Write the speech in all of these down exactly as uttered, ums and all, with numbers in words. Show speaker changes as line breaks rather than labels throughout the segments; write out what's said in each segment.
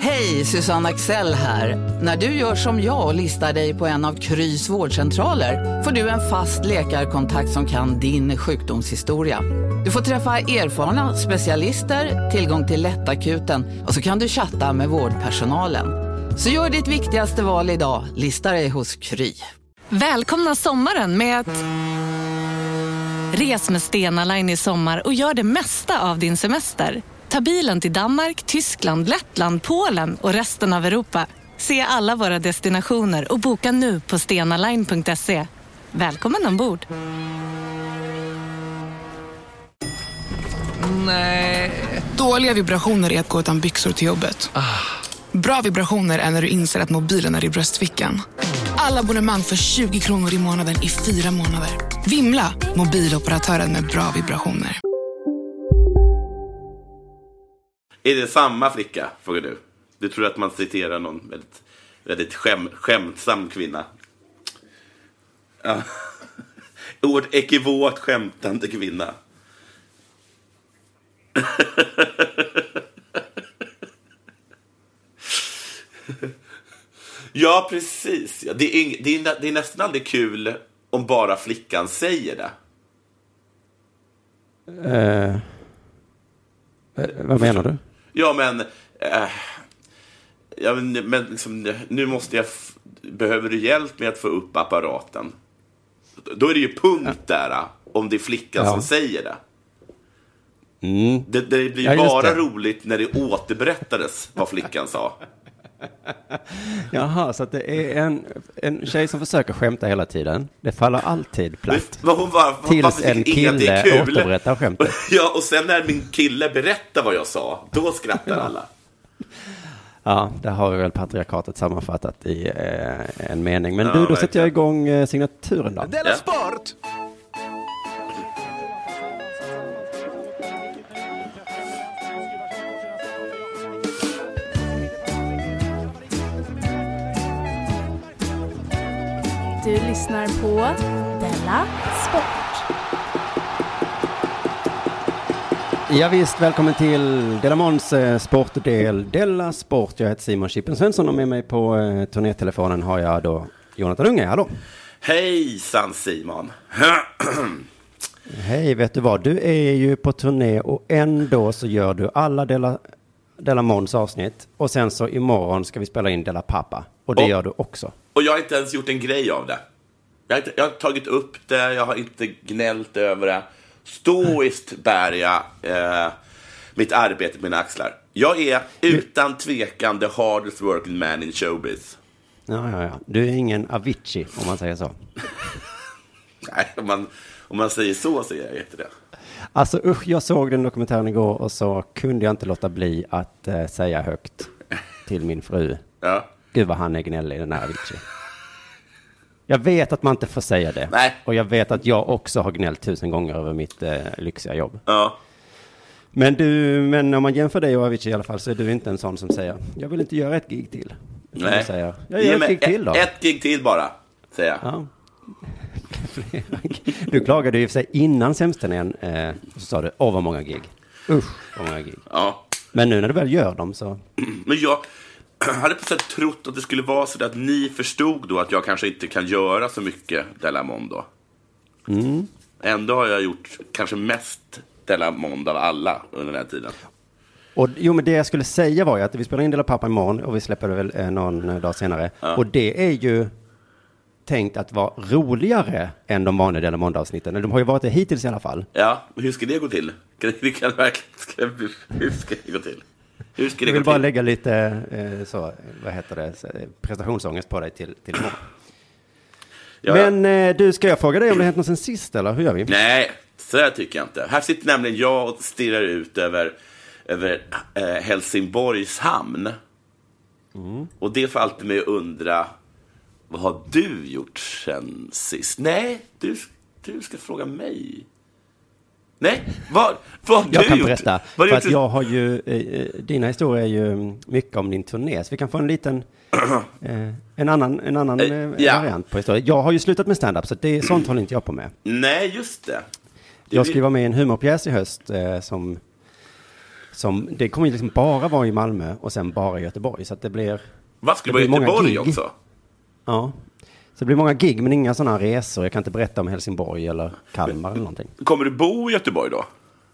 Hej, Susanne Axel här. När du gör som jag och listar dig på en av Krys vårdcentraler får du en fast läkarkontakt som kan din sjukdomshistoria. Du får träffa erfarna specialister, tillgång till lättakuten och så kan du chatta med vårdpersonalen. Så gör ditt viktigaste val idag, listar dig hos Kry.
Välkomna sommaren med att res med Stena Line i sommar och gör det mesta av din semester. Ta bilen till Danmark, Tyskland, Lettland, Polen och resten av Europa. Se alla våra destinationer och boka nu på stenaline punkt se. Välkommen ombord!
Nej. Dåliga vibrationer är att gå utan byxor till jobbet. Ah. Bra vibrationer är när du inser att mobilen är i bröstfickan. Alla abonnemang för tjugo kronor i månaden i fyra månader. Vimla, mobiloperatören med bra vibrationer.
Är det samma flicka, frågar du? Du tror att man citerar någon väldigt, väldigt skäm, skämtsam kvinna. Ja. Ord ekivåt skämtande kvinna. Ja, precis. Ja, det, är, det, är, det är nästan aldrig kul om bara flickan säger det.
Uh, vad menar du?
Ja, men... Uh, ja, men, men liksom, nu måste jag... F- behöver du hjälp med att få upp apparaten? Då är det ju punkt där, om det är flickan ja. som säger det.
Mm.
Det, det blir ja, bara det. roligt när det återberättades vad flickan sa.
Jaha, så att det är en, en tjej som försöker skämta hela tiden. Det faller alltid platt.
Men hon var,
tills en kille återberättar skämtet.
Ja, och sen när min kille berättar vad jag sa, då skrattar ja. alla.
Ja, det har väl patriarkatet sammanfattat i eh, en mening. Men ja, du, då verkligen. sätter jag igång eh, signaturen då.
Della Sport!
Du lyssnar på Della Sport.
Ja visst, välkommen till Della Måns eh, sportdel Della Sport. Jag heter Simon Chippen Svensson och med mig på eh, turnételefonen har jag då Jonathan Unge. Hallå!
Hejsan Simon!
Hej, vet du vad? Du är ju på turné och ändå så gör du alla Della, Della Måns avsnitt. Och sen så imorgon ska vi spela in Della Pappa. Och det och, gör du också.
Och jag har inte ens gjort en grej av det. Jag har, inte, jag har tagit upp det, jag har inte gnällt över det. Stoiskt bär jag eh, mitt arbete på mina axlar. Jag är utan tvekan the hardest working man in showbiz.
Ja, ja, ja. Du är ingen Avicii, om man säger så.
Nej, om man, om man säger så så är jag inte det.
Alltså usch, jag såg den dokumentären igår och så kunde jag inte låta bli att eh, säga högt till min fru.
Ja.
Gud vad han är gnällig, den här Avicii. Jag vet att man inte får säga det.
Nej.
Och jag vet att jag också har gnällt tusen gånger över mitt eh, lyxiga jobb.
Ja.
Men du, men om man jämför dig och Avicii i alla fall så är du inte en sån som säger jag vill inte göra ett gig till.
Nej.
Säger, jag gör ett gig till då.
Ett gig till bara, säger jag.
Ja. Du klagade ju för sig innan Sämstenen eh, så sa du, åh vad många gig. Usch, vad många gig.
Ja.
Men nu när du väl gör dem så...
Men jag hade på sätt trott att det skulle vara så att ni förstod då att jag kanske inte kan göra så mycket Della Mondo.
Mm.
Ändå har jag gjort kanske mest Della Mondo av alla under den här tiden.
Och, jo, men det jag skulle säga var ju att vi spelar in Della Pappa imorgon och vi släpper det väl eh, någon dag senare. Ja. Och det är ju tänkt att vara roligare än de vanliga Della Mondo-avsnitten. De har ju varit det hittills i alla fall.
Ja, men hur ska det gå till? Det kan verkligen... Ska, hur ska det gå till? Hur ska det
jag vill
gå
bara
till?
lägga lite eh, så, vad heter det, prestationsångest på dig till, till imorgon. Ja, men eh, du, ska jag fråga dig om det hänt något sen sist, eller hur gör vi?
Nej, så här tycker jag inte. Här sitter nämligen jag och stirrar ut över, över eh, Helsingborgs hamn. Mm. Och det får alltid mig att undra, vad har du gjort sen sist? Nej, du, du ska fråga mig. Nej, vad, vad har
jag
du
kan
gjort?
berätta,
vad
för
gjort?
att jag har ju, eh, dina historier är ju mycket om din turné, så vi kan få en liten, eh, en annan, en annan eh,
ja.
variant på historien. Jag har ju slutat med stand-up, så det, sånt håller inte jag på med.
Nej, just det.
Jag ska vara med i en humorpjäs i höst eh, som Som, det kommer ju liksom bara vara i Malmö och sen bara i Göteborg. Så att det blir...
Vad skulle det vara i Göteborg också?
Ja. Så det blir många gig men inga sådana resor. Jag kan inte berätta om Helsingborg eller Kalmar eller någonting.
Kommer du bo i Göteborg då?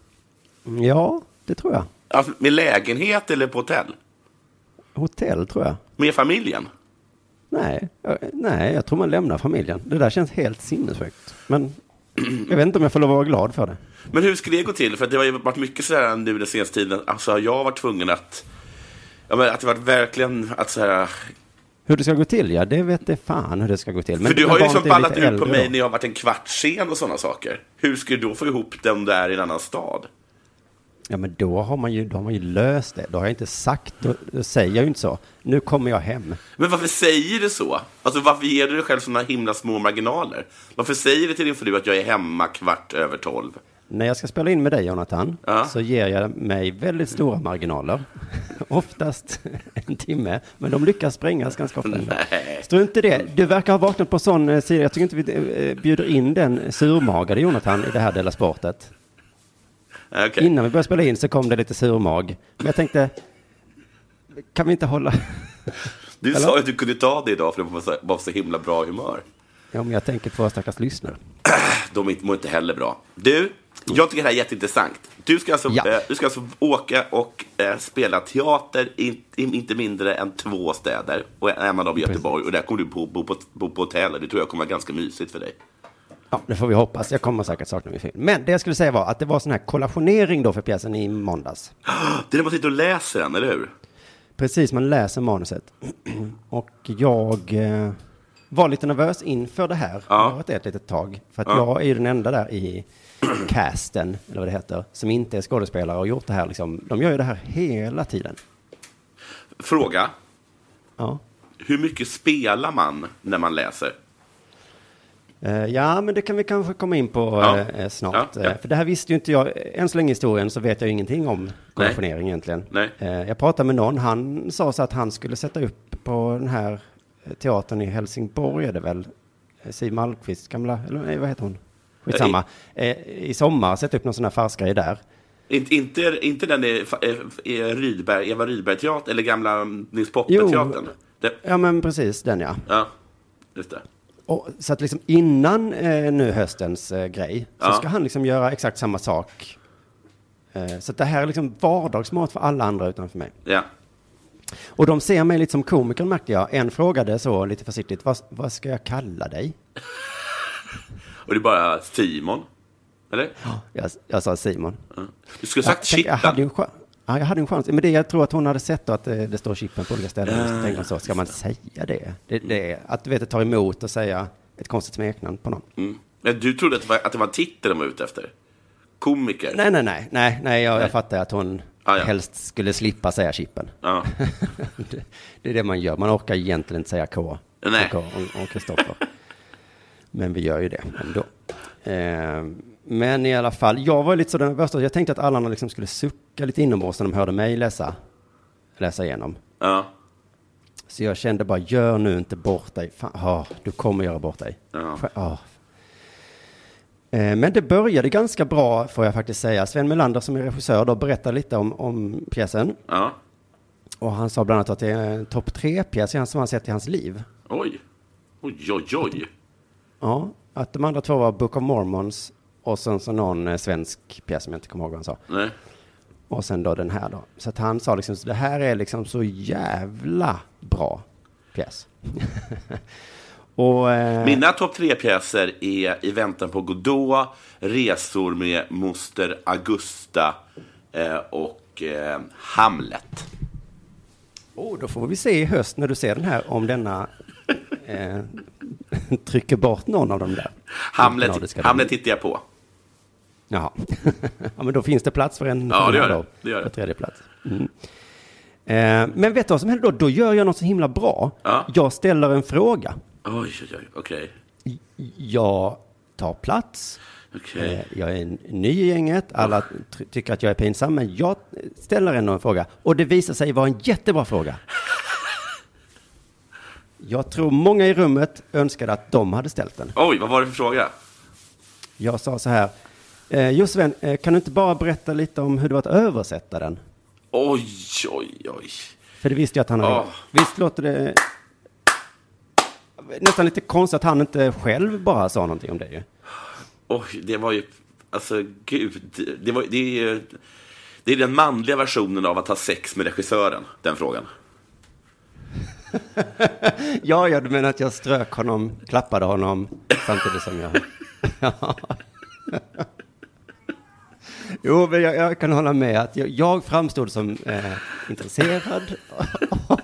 Ja, det tror jag.
Alltså, med lägenhet eller på hotell?
Hotell tror jag.
Med familjen?
Nej, jag, nej, jag tror man lämnar familjen. Det där känns helt sinnessjukt. Men jag vet inte om jag får lov att vara glad för det.
Men hur ska det gå till? För att det har ju varit mycket sådär nu den senaste tiden. Alltså jag har varit tvungen att... Ja, men att det varit verkligen att så här...
Hur det ska gå till, ja, det vet det fan hur det ska gå till. Men
för du har ju liksom ballat ut på mig
då.
när jag har varit en kvartsen och sådana saker. Hur ska du då få ihop den där i en annan stad?
Ja, men då har man ju, då har man ju löst det. Då har jag inte sagt, då, då säger jag ju inte så. Nu kommer jag hem.
Men varför säger du så? Alltså varför ger du dig själv sådana himla små marginaler? Varför säger du till din fru att jag är hemma kvart över tolv?
När jag ska spela in med dig, Jonathan,
ja.
så ger jag mig väldigt stora marginaler. Oftast en timme, men de lyckas sprängas ganska ofta.
Nej.
Står inte det? Du verkar ha vaknat på sån sida. Jag tycker inte vi bjuder in den surmagade Jonathan i det här Della Sportet.
Okay.
Innan vi började spela in så kom det lite surmag. Men jag tänkte, kan vi inte hålla...
Du sa ju att du kunde ta det idag för det var så, var så himla bra humör.
Ja, men jag tänker på våra stackars lyssnare.
De mår inte heller bra. Du, jag tycker det här är jätteintressant. Du ska alltså, ja. eh, du ska alltså åka och eh, spela teater i, i inte mindre än två städer. Och en av dem i Göteborg. Och där kommer du bo, bo, på, bo på hotell. Det tror jag kommer vara ganska mysigt för dig.
Ja, det får vi hoppas. Jag kommer säkert sakna min film. Men det jag skulle säga var att det var sån här kollationering då för pjäsen i måndags.
Det är när man sitter och läser den, eller hur?
Precis, man läser manuset. Och jag eh, var lite nervös inför det här. Ja. Jag har varit ett litet tag. För att ja. jag är ju den enda där i casten, eller vad det heter, som inte är skådespelare och gjort det här. Liksom, de gör ju det här hela tiden.
Fråga.
Ja.
Hur mycket spelar man när man läser?
Uh, ja, men det kan vi kanske komma in på ja. uh, snart. Ja, ja. Uh, för det här visste ju inte jag. Än så länge i historien så vet jag ingenting om kollationering egentligen.
Nej.
Uh, jag pratade med någon. Han sa så att han skulle sätta upp på den här teatern i Helsingborg, är det väl? Siw Malmkvist, gamla, eller nej, vad heter hon? Skitsamma. Uh, I sommar sätta upp någon sån här farsgrej där.
Inte, inte, inte den är, är Rydberg, Eva Rydberg-teatern eller gamla Nils Poppe-teatern?
Det... Ja, men precis, den ja.
Ja, just det.
Och, så att liksom innan eh, nu höstens eh, grej så
ja.
ska han liksom göra exakt samma sak. Eh, så att det här är liksom vardagsmat för alla andra utan för mig.
Ja.
Och de ser mig lite som komiker, märkte jag. En frågade så lite försiktigt, vad, vad ska jag kalla dig?
Och det är bara Simon, eller?
Ja, jag, jag sa Simon.
Ja. Du skulle ha sagt Chippen.
Jag hade ju Ja, jag hade en chans. Men det, jag tror att hon hade sett då att det, det står Chippen på olika ställen. Mm. Så tänkte så, ska man säga det? det, det att du vet, det tar emot och säga ett konstigt smeknamn på någon.
Mm. Men du trodde att det, var, att det var en titel de var ute efter? Komiker?
Nej, nej, nej. nej, nej jag, nej. jag fattar att hon ah, ja. helst skulle slippa säga Chippen. Ah. det, det är det man gör. Man orkar egentligen inte säga K.
Nej.
K om Kristoffer. Men vi gör ju det ändå. Eh, men i alla fall, jag var lite så nervös. Jag tänkte att alla andra liksom skulle sucka lite inombords när de hörde mig läsa, läsa igenom.
Ja.
Så jag kände bara, gör nu inte bort dig. Fan, oh, du kommer göra bort dig.
Ja.
Oh. Eh, men det började ganska bra, får jag faktiskt säga. Sven Melander som är regissör då berättade lite om, om pjäsen.
Ja.
Och han sa bland annat att det är en topp tre pjäs som han sett i hans liv.
Oj, oj, oj, oj.
Ja, att de andra två var Book of Mormons och sen så någon eh, svensk pjäs som jag inte kommer ihåg vad han sa.
Nej.
Och sen då den här då. Så att han sa liksom, det här är liksom så jävla bra pjäs. och, eh,
Mina topp tre pjäser är I väntan på Godot, Resor med moster Augusta eh, och eh, Hamlet.
Oh, då får vi se i höst när du ser den här om denna eh, trycker bort någon av dem där.
Hamlet, Hamlet tittar jag på.
Jaha. Ja, men då finns det plats för en
ja, det gör det.
Då,
det, gör det.
På tredje plats. Mm. Eh, men vet du vad som händer då? Då gör jag något så himla bra.
Ja.
Jag ställer en fråga.
Oj, oj, oj. Okej.
Okay. Jag tar plats.
Okay.
Eh, jag är ny i gänget. Alla t- tycker att jag är pinsam. Men jag ställer ändå en fråga. Och det visar sig vara en jättebra fråga. Jag tror många i rummet önskade att de hade ställt den.
Oj, vad var det för fråga?
Jag sa så här. Eh, jo Sven, eh, kan du inte bara berätta lite om hur det var att översätta den?
Oj, oj, oj.
För det visste jag att han hade.
Oh.
Visst låter det nästan lite konstigt att han inte själv bara sa någonting om det ju.
Oj, det var ju, alltså gud, det, var, det är ju, det är den manliga versionen av att ha sex med regissören, den frågan.
ja, ja, du menar att jag strök honom, klappade honom samtidigt som jag... ja. Jo, men jag, jag kan hålla med att jag, jag framstod som eh, intresserad av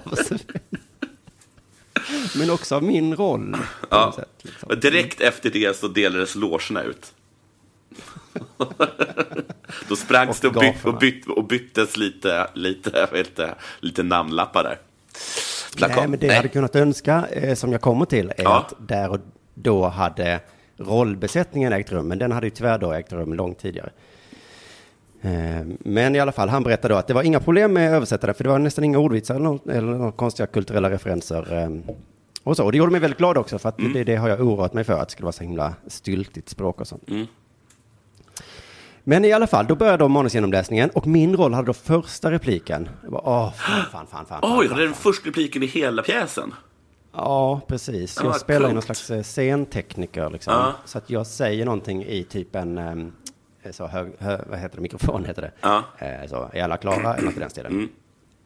men också av min roll.
Ja.
Sätt, liksom.
Och direkt efter det så delades logerna ut. Då sprang det och, byt, och, byt, och byttes lite, lite, lite, lite namnlappar där. Plakat.
Nej, men det jag hade kunnat önska, eh, som jag kommer till, är ja. att där och då hade rollbesättningen ägt rum, men den hade ju tyvärr då ägt rum långt tidigare. Eh, men i alla fall, han berättade då att det var inga problem med översättare, för det var nästan inga ordvitsar eller, något, eller några konstiga kulturella referenser. Eh, och, så. och det gjorde mig väldigt glad också, för att mm. det, det har jag oroat mig för, att det skulle vara så himla styltigt språk och sånt. Mm. Men i alla fall, då började då manusgenomläsningen, och min roll hade då första repliken. Jag bara, åh, fan, fan, fan, fan.
Oj,
fan,
det är den första repliken i hela pjäsen.
Ja, precis. Jag ah, spelar ju någon slags scentekniker liksom. Ah. Så att jag säger någonting i typ en um, så hög, hö, vad heter det, mikrofon heter det. Ah. Eh, så är alla klara eller något i den stilen. Mm.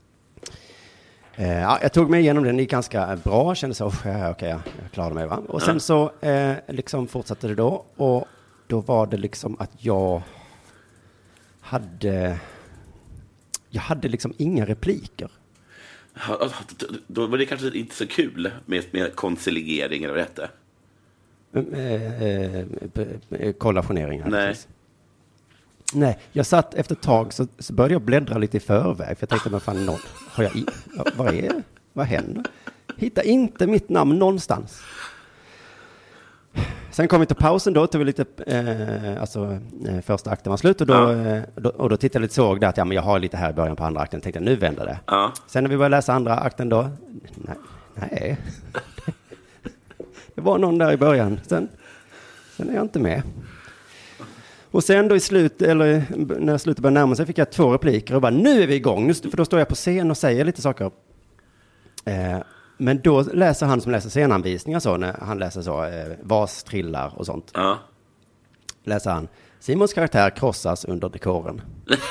Eh, ja, jag tog mig igenom den, det gick ganska bra. Kände så, okej, okay, okay, jag klarade mig va. Och sen ah. så eh, liksom fortsatte det då. Och då var det liksom att jag hade jag hade liksom inga repliker.
Då var det kanske inte så kul med, med konsiligering eller vad det
hette. Kollationering.
Nej.
Precis. Nej, jag satt efter ett tag så, så började jag bläddra lite i förväg. För jag tänkte, men fan, någon, har jag i, vad är det? Vad händer? Hitta inte mitt namn någonstans. Sen kom vi till pausen då, tog vi lite, eh, alltså eh, första akten var slut och då, ja. eh, då, och då tittade jag lite, såg det att ja, men jag har lite här i början på andra akten, tänkte nu vänder det. Ja. Sen när vi började läsa andra akten då, nej, nej. det var någon där i början, sen, sen är jag inte med. Och sen då i slut, eller när slutet började närma sig fick jag två repliker och bara, nu är vi igång, nu, för då står jag på scen och säger lite saker. Eh, Men då läser han som läser scenanvisningar så, när han läser så, eh, vas trillar och sånt. Ja. Läser han, Simons karaktär krossas under dekoren.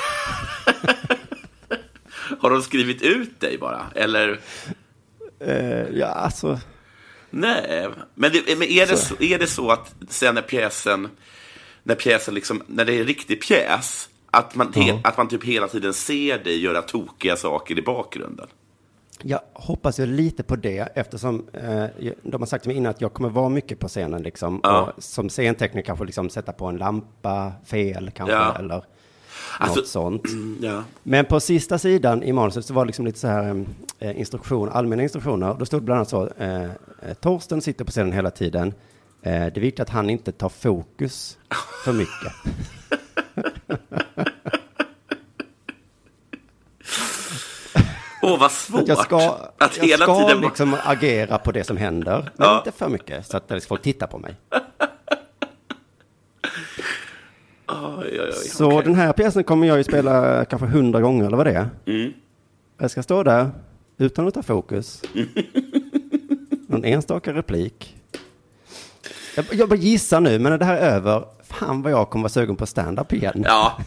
Har de skrivit ut dig bara? Eller?
Eh, ja, alltså.
Nej, men, det, men är, det så. Så, är det så att sen när pjäsen, när pjäsen liksom, när det är en riktig pjäs, att man, he, uh-huh. att man typ hela tiden ser dig göra tokiga saker i bakgrunden?
Jag hoppas ju lite på det, eftersom eh, de har sagt till mig innan att jag kommer vara mycket på scenen liksom, ja. Och som scentekniker kanske liksom sätta på en lampa fel kanske, ja. Eller alltså, något sånt. Mm, ja. Men på sista sidan i manuset så var det liksom lite så här eh, instruktion, allmänna instruktioner. Då stod det bland annat så, eh, Torsten sitter på scenen hela tiden. Eh, det är viktigt att han inte tar fokus för mycket.
Åh, oh, vad svårt.
Att jag ska,
att
jag
hela
ska
tiden...
liksom agera på det som händer, men ja. Inte för mycket, så att folk tittar på mig.
Oj, oj, oj,
så
okay.
Den här pjäsen kommer jag ju spela kanske hundra gånger, eller vad det är. Mm. Jag ska stå där, utan att ta fokus. Någon enstaka replik. Jag, jag bara gissar nu, men när det här är över, fan vad jag kommer vara sugen på stand-up igen.
Ja.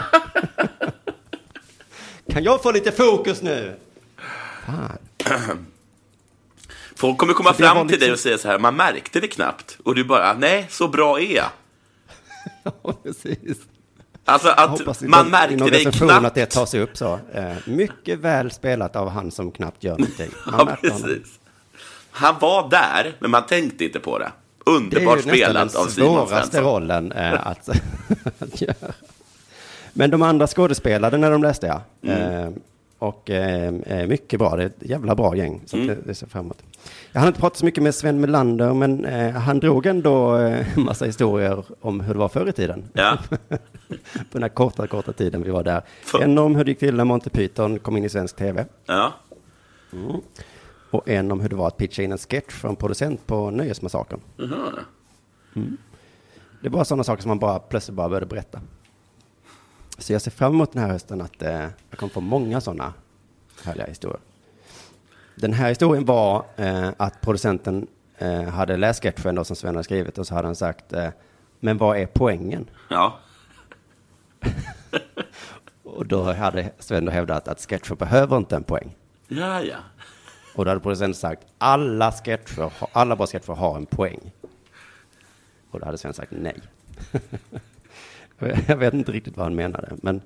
Kan jag få lite fokus nu? Fan.
Folk kommer komma fram till liksom... dig och säga så här, man märkte det knappt. Och du bara, nej, så bra är jag.
Ja, precis.
Alltså att man märkte det knappt.
Att det tar sig upp så. Eh, mycket väl spelat av han som knappt gör någonting.
Ja, precis. Honom. Han var där, men man tänkte inte på det. Underbart spelat av Simon Svensson. Det är ju nästan den svåraste rollen eh, att, att göra. Men de andra skådespelade när de läste jag. Mm. Eh, och eh, mycket bra. Det är ett jävla bra gäng. Så mm. det, det ser framåt. Jag hann inte prata så mycket med Sven Melander, men eh, han drog ändå eh, en massa historier om hur det var förr i tiden. Ja.
På den här korta, korta tiden vi var där. För... En om hur det gick till när Monty Python kom in i svensk tv.
Ja.
Mm. Och en om hur det var att pitcha in en sketch från producent på Nöjesmassakern. Mm. Det var sådana saker som man bara plötsligt bara började berätta. Så jag ser fram emot den här hösten att eh, jag kommer få många sådana härliga historier. Den här historien var eh, att producenten eh, hade läst sketchen då, som Sven hade skrivit, och så hade han sagt, eh, men vad är poängen?
Ja.
Och då hade Sven då hävdat att sketcher behöver inte en poäng.
Ja, ja.
Och då hade producenten sagt, alla sketcher, alla bra sketcher har en poäng. Och då hade Sven sagt nej. Jag vet inte riktigt vad han menade, men,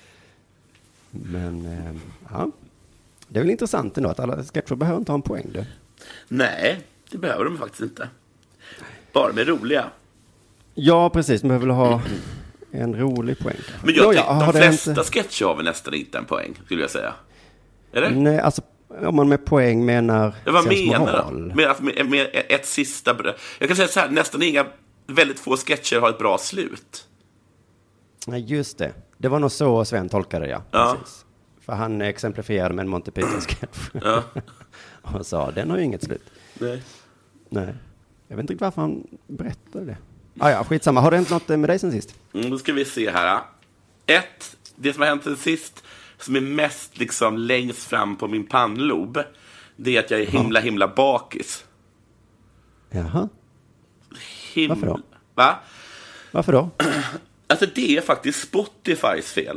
men eh, ja. Det är väl intressant ändå att alla sketcher behöver inte ha en poäng. Du.
Nej, det behöver de faktiskt inte. Bara med roliga.
Ja, precis. De behöver ha en rolig poäng.
Men jag
ja,
tänkte,
ja,
de flesta
inte...
sketcher har väl nästan inte en poäng, skulle jag säga. Eller?
Nej, alltså om man med poäng menar...
Jag vad menar du? Med, alltså, med, med ett sista... Jag kan säga så här, nästan inga, väldigt få sketcher har ett bra slut.
Nej, just det. Det var nog så Sven tolkade det, ja.
Ja.
Precis. För han exemplifierade med en Monty Python-sketch.
Ja.
Och sa, den har ju inget slut.
Nej.
Nej. Jag vet inte riktigt varför han berättade det. Ah, ja, skitsamma. Har det hänt något med dig sen sist?
Mm, då ska vi se här. Ett, det som har hänt sen sist, som är mest liksom längst fram på min pannlob, det är att jag är himla, himla bakis.
Jaha.
Him-
Varför då?
Va?
Varför då?
Alltså det är faktiskt Spotifys fel.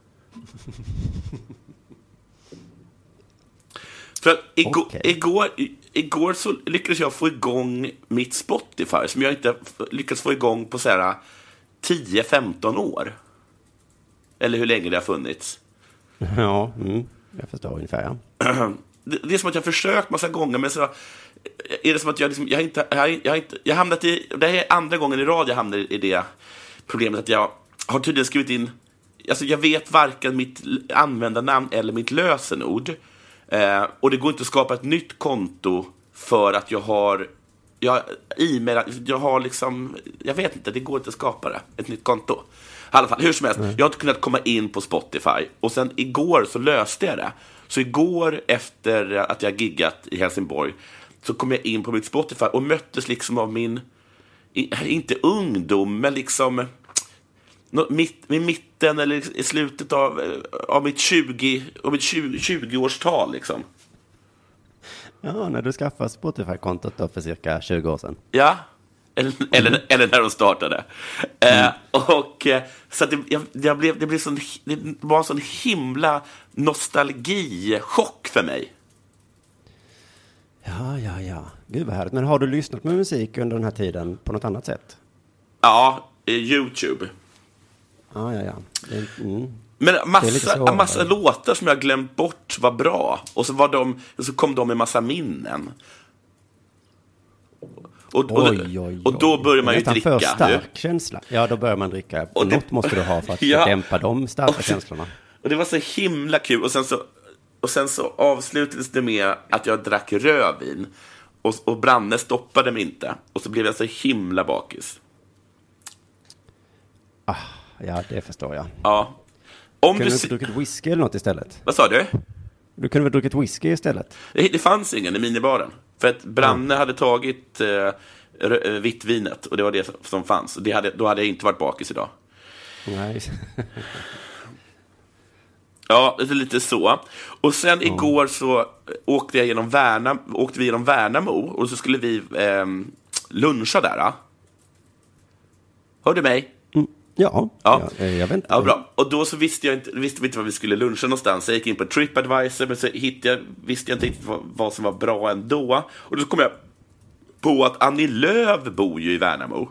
För att igår,
Okay.
igår, igår så lyckades jag få igång mitt Spotify som jag inte lyckats få igång på så här tio femton år. Eller hur länge det har funnits.
Ja, mm, jag förstår ungefär. Ja.
Det, det är som att jag har försökt massa gånger, men så är det som att jag, liksom, jag har inte, jag har, jag har inte, jag har hamnat i, det här är andra gången i rad jag hamnar i det problemet att jag har tydligen skrivit in, alltså jag vet varken mitt användarnamn eller mitt lösenord. Eh, och det går inte att skapa ett nytt konto för att jag har jag e-mail, jag har liksom, jag vet inte, det går inte att skapa det, ett nytt konto. I alla fall, hur som helst, mm. jag har inte kunnat komma in på Spotify. Och sen igår så löste jag det. Så igår efter att jag giggat i Helsingborg så kom jag in på mitt Spotify och möttes liksom av min, inte ungdom, men liksom mitt, i mitten eller i slutet av, av mitt tjugo, av mitt tjugo, tjugo-årstal liksom.
Ja, när du skaffade Spotify-kontot då för cirka tjugo år sedan.
Ja, eller, mm. eller, eller när de startade. Mm. Eh, och så att det, jag, jag blev, det, blev sån, det var en sån himla nostalgichock för mig.
Ja, ja, ja. Gud vad härligt. Men har du lyssnat med musik under den här tiden på något annat sätt?
Ja, YouTube.
Ja, ja, ja. Det, mm.
Men massa, massa låtar som jag glömt bort var bra. Och så, var de, och så kom de med massa minnen. Och, och, oj, oj, oj. Och då börjar man ju dricka.
För stark du? Känsla. Ja, då börjar man dricka. Och något det, måste du ha för att ja, dämpa de starka och, känslorna.
Och det var så himla kul. Och sen så, och sen så avslutades det med att jag drack rödvin. Och, och Branne stoppade mig inte. Och så blev jag så himla bakis.
Ah, ja, det förstår jag.
Ja. Om
kunde
du
du inte druckit whisky eller något istället?
Vad sa du?
Du kunde väl druckit whisky istället?
Det, det fanns ingen i minibaren. För att Branne mm. hade tagit eh, vitt vinet. Och det var det som fanns. Och det hade, då hade jag inte varit bakis idag.
Nej.
Ja, det är lite så. Och sen mm. igår så åkte, jag genom Värnam, åkte vi genom Värnamo. Och så skulle vi eh, luncha där. Då. Hör du mig?
Mm. Ja,
ja.
Jag, jag vet inte.
Ja, bra. Och då så visste jag inte, visste vi inte var vi skulle luncha någonstans. Jag gick in på TripAdvisor, men så hittade jag, visste jag inte riktigt vad, vad som var bra ändå. Och då kom jag på att Annie Lööf bor ju i Värnamo.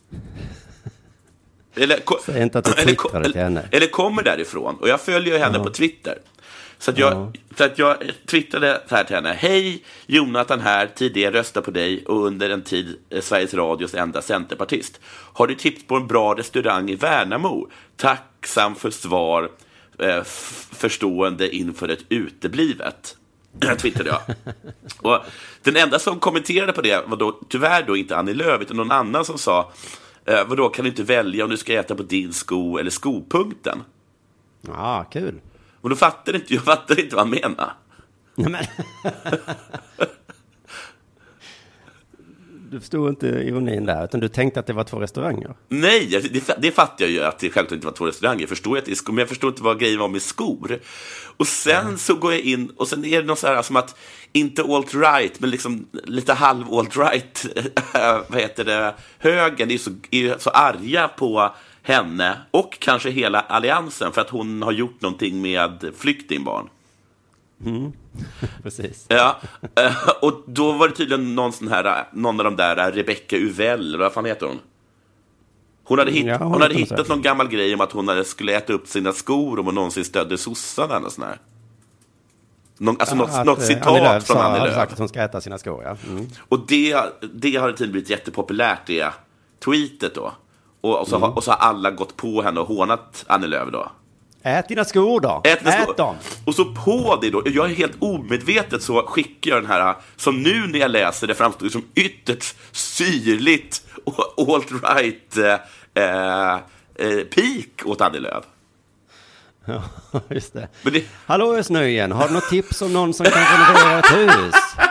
Eller,
Säg inte att du twittrade till henne.
Eller kommer därifrån. Och jag följer henne ja. på Twitter. Så att jag, ja. så att jag twittrade så här till henne. Hej, Jonathan här, tidigare rösta på dig och under en tid Sveriges Radios enda centerpartist. Har du tips på en bra restaurang i Värnamo? Tacksam för svar, eh, f- förstående inför ett uteblivet. Twittrade jag. Och den enda som kommenterade på det var då tyvärr då inte Annie Lööf utan någon annan som sa eh, vadå, kan du inte välja om du ska äta på din sko eller skopunkten?
Ja, ah, kul.
Och då fattade inte, jag fattade inte vad han menar.
Men. du förstod inte ironin där, utan du tänkte att det var två restauranger.
Nej, det, det fattar jag ju att det självklart inte var två restauranger. Jag förstår att det är skor, men jag förstår inte vad grejen var med skor. Och sen mm. så går jag in, och sen är det något så här som att, inte alt-right, men liksom lite halv-alt-right, vad heter det, högern är så, är så arga på henne och kanske hela alliansen för att hon har gjort någonting med flyktingbarn.
Mm. Precis.
Ja, och då var det tydligen någon sån här, någon av de där, Rebecca Uvell, eller vad fan heter hon? Hon hade, hitt, ja, hon hon hade hittat någon gammal grej om att hon hade, skulle äta upp sina skor om hon någonsin stödde sossarna eller sån här. Någon, alltså ja, något, att, något citat Annie Lööf från Annie Lööf.
Sagt att hon ska äta sina skor, ja. Mm.
Och det, det har tydligen blivit jättepopulärt, det tweetet då. Och, och, så, mm. har, och så har alla gått på henne och hånat Annie Lööf då.
Ät dina skor då.
Ät, dina
Ät
skor.
dem.
Och så på det då, jag är helt omedvetet så skickar jag den här, som nu när jag läser det framstår som ytterst syrligt och alt-right eh, eh, peak åt Annie Lööf.
Ja, just det.
Men det...
Hallå Snöjen, har du något tips om någon som kan renovera ett hus?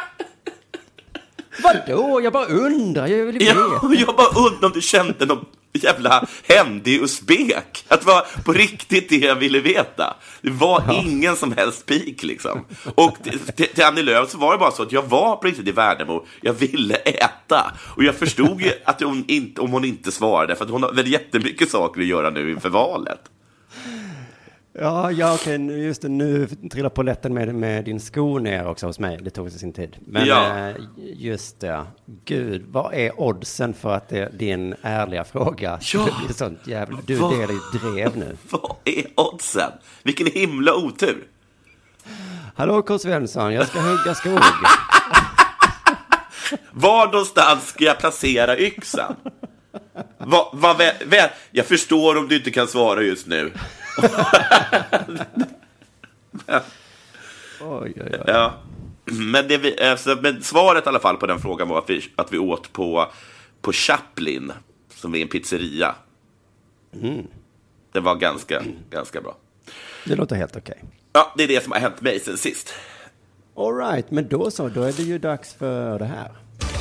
Vadå? Jag bara undrar, jag vill veta.
Ja, jag bara undrar om du kände någon jävla händig och spek. Att det var på riktigt det jag ville veta. Det var ja. ingen som helst peak liksom. Och till, till Annie Lööf så var det bara så att jag var på riktigt i Värnamo. Jag ville äta. Och jag förstod ju att hon inte, om hon inte svarade, för att hon har väl jättemycket saker att göra nu inför valet.
Ja, ja okej, just det, nu trillar polletten med, med din sko ner också hos mig. Det tog sig sin tid. Men ja. eh, just det, gud, vad är oddsen för att det, din ärliga fråga
ja.
blir sånt jävla, du
vad,
delar i drev nu.
Vad är oddsen? Vilken himla otur.
Hallå K. Svensson, jag ska hugga skog.
Var någonstans ska jag placera yxan? Va, va, vä, vä, jag förstår om du inte kan svara just nu. men,
oj, oj, oj.
Ja. Men, det vi, alltså, men svaret i alla fall på den frågan var att vi, att vi åt på, på Chaplin, som är en pizzeria.
Mm.
Det var ganska, mm. ganska bra.
Det låter helt okej. Okay.
Ja, det är det som har hänt mig sen sist.
All right, men då så, då är det ju dags för det här.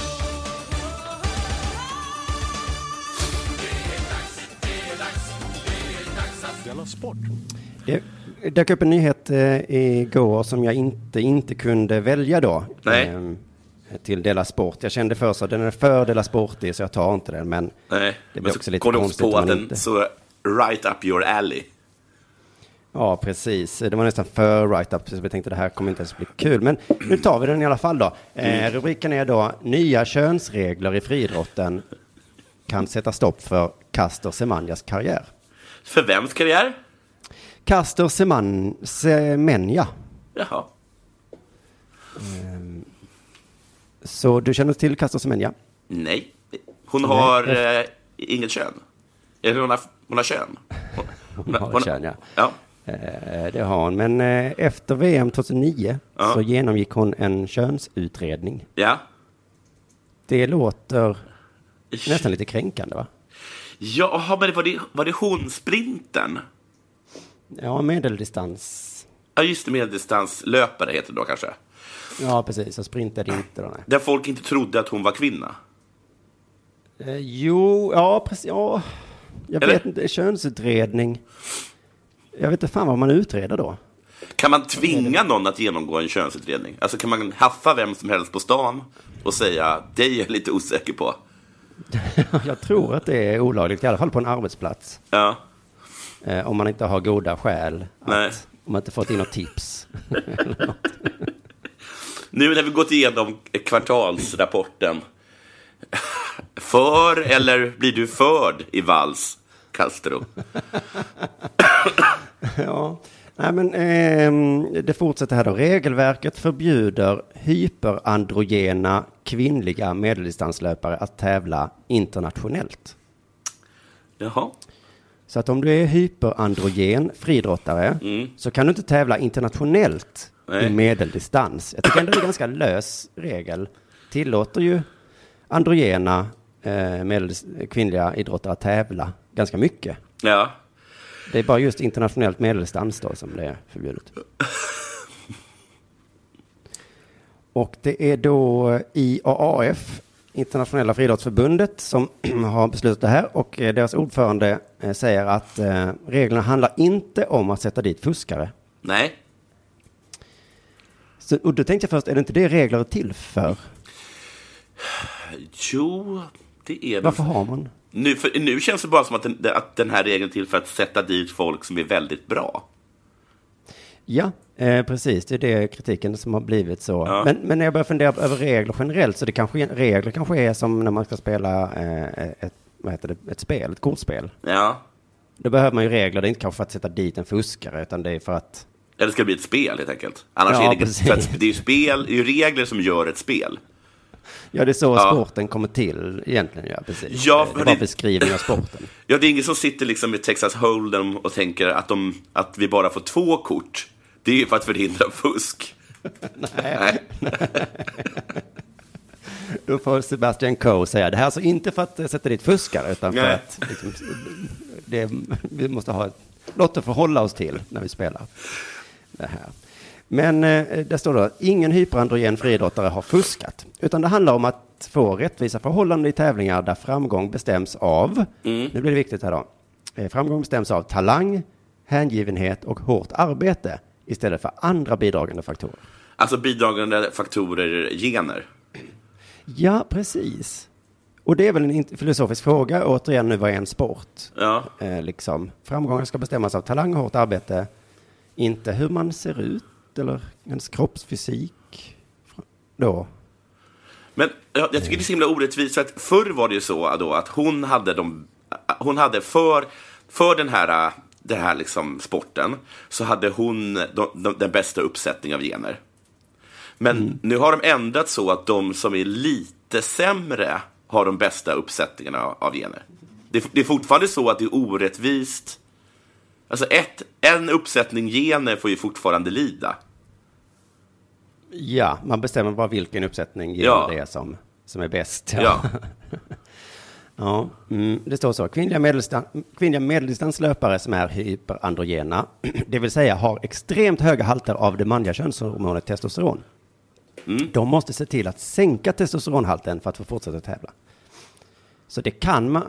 Sport. Det dök upp en nyhet eh, igår som jag inte, inte kunde välja då.
Nej.
Eh, till Della Sport. Jag kände först att den är för Della Sport i, så jag tar inte den. Men
Nej.
det blir
men
också lite
kom
konstigt.
Kom du också på att den
inte...
så right up your alley?
Ja, precis. Det var nästan för right up, så jag tänkte det här kommer inte ens bli kul. Men nu tar vi den i alla fall då. Eh, rubriken är då: nya könsregler i friidrotten kan sätta stopp för Caster Semanjas karriär.
För vems karriär?
Caster Seman, Semenya.
Jaha.
Um, så du känner till Caster Semenya?
Nej. Hon Nej. har eh, inget kön. Eller hon har, hon har kön.
Hon, hon har hon, kön, ja.
ja.
Uh, det har hon. Men uh, efter V M tjugohundranio uh-huh. så genomgick hon en könsutredning.
Ja.
Det låter nästan lite kränkande, va?
Ja, men var det, var det hon sprinten?
Ja, medeldistans.
Ja, just det, medeldistanslöpare heter det då kanske.
Ja, precis. Och sprintade inte då, nej.
Där folk inte trodde att hon var kvinna.
Eh, jo, ja, precis. Ja, jag Eller? vet inte, könsutredning. Jag vet inte fan vad man utreder då.
Kan man tvinga någon att genomgå en könsutredning? Alltså kan man haffa vem som helst på stan och säga, det är jag lite osäker på?
Jag tror att det är olagligt, i alla fall på en arbetsplats.
Ja.
Eh, om man inte har goda skäl.
Nej.
Att, om man inte fått in något tips.
Nu när vi gått igenom kvartalsrapporten. För eller blir du förd i vals, Castro?
Ja. Nej, men eh, det fortsätter här då. Regelverket förbjuder hyperandrogena kvinnliga medeldistanslöpare att tävla internationellt.
Jaha.
Så att om du är hyperandrogen friidrottare mm. så kan du inte tävla internationellt Nej. i medeldistans. Jag tycker ändå det är en ganska lös regel. Tillåter ju androgena eh, medel- kvinnliga idrottare att tävla ganska mycket.
Ja.
Det är bara just internationellt medeldistans då som det är förbjudet. Och det är då I A A F Internationella friidrottsförbundet som har beslutat det här, och deras ordförande säger att reglerna handlar inte om att sätta dit fuskare.
Nej.
Så, och då tänkte jag först, är det inte det regler är till för?
Jo, det är det.
Varför har man?
Nu, för, nu känns det bara som att den, att den här regeln är till för att sätta dit folk som är väldigt bra.
Ja, eh, precis. Det är det kritiken som har blivit så.
Ja.
Men, men när jag börjar fundera över regler generellt, så det kanske, regler kanske är som när man ska spela eh, ett, vad heter det, ett spel, ett kortspel.
Ja.
Då behöver man ju regler, det är inte kanske för att sätta dit en fuskare, utan det är för att...
Eller ska det bli ett spel helt enkelt. Annars
Ja,
är det, för att det är ju spel, det är ju regler som gör ett spel.
Ja, det är så
Ja.
sporten kommer till egentligen, ja, precis.
Ja,
det är
det-
bara beskrivning av sporten.
Ja, det är ingen som sitter liksom i Texas Hold'em och tänker att, de, att vi bara får två kort. Det är ju för att förhindra fusk.
Nej. Då får Sebastian Coe säga, det här är alltså inte för att sätta dit fuskare, utan för
Nej.
att liksom, det, vi måste ha något att förhålla oss till när vi spelar det här. Men eh, det står då att ingen hyperandrogen friidrottare har fuskat, utan det handlar om att få rättvisa förhållanden i tävlingar där framgång bestäms av,
Mm.
nu blir det viktigt här då, eh, framgång bestäms av talang, hängivenhet och hårt arbete istället för andra bidragande faktorer.
Alltså bidragande faktorer, gener.
Ja, precis. Och det är väl en int- filosofisk fråga, återigen nu, vad är en sport?
Ja.
Eh, liksom, framgången ska bestämmas av talang och hårt arbete, inte hur man ser ut eller ens kroppsfysik. Då.
Men jag, jag tycker det är så himla orättvist, för att förr var det ju så då att hon hade de, hon hade för, för den här, den här liksom sporten, så hade hon de, de, den bästa uppsättningen av gener. Men mm. nu har de ändrat så att de som är lite sämre har de bästa uppsättningarna av, av gener. Det, det är fortfarande så att det är orättvist. Alltså ett, en uppsättning gener får ju fortfarande lida.
Ja, man bestämmer bara vilken uppsättning ger
Ja.
det som, som är bäst.
Ja.
Ja, mm, det står så. Kvinnliga, medeldistan- kvinnliga medeldistanslöpare som är hyperandrogena, det vill säga har extremt höga halter av det manliga könshormonet testosteron.
Mm.
De måste se till att sänka testosteronhalten för att få fortsätta tävla. Så det kan man...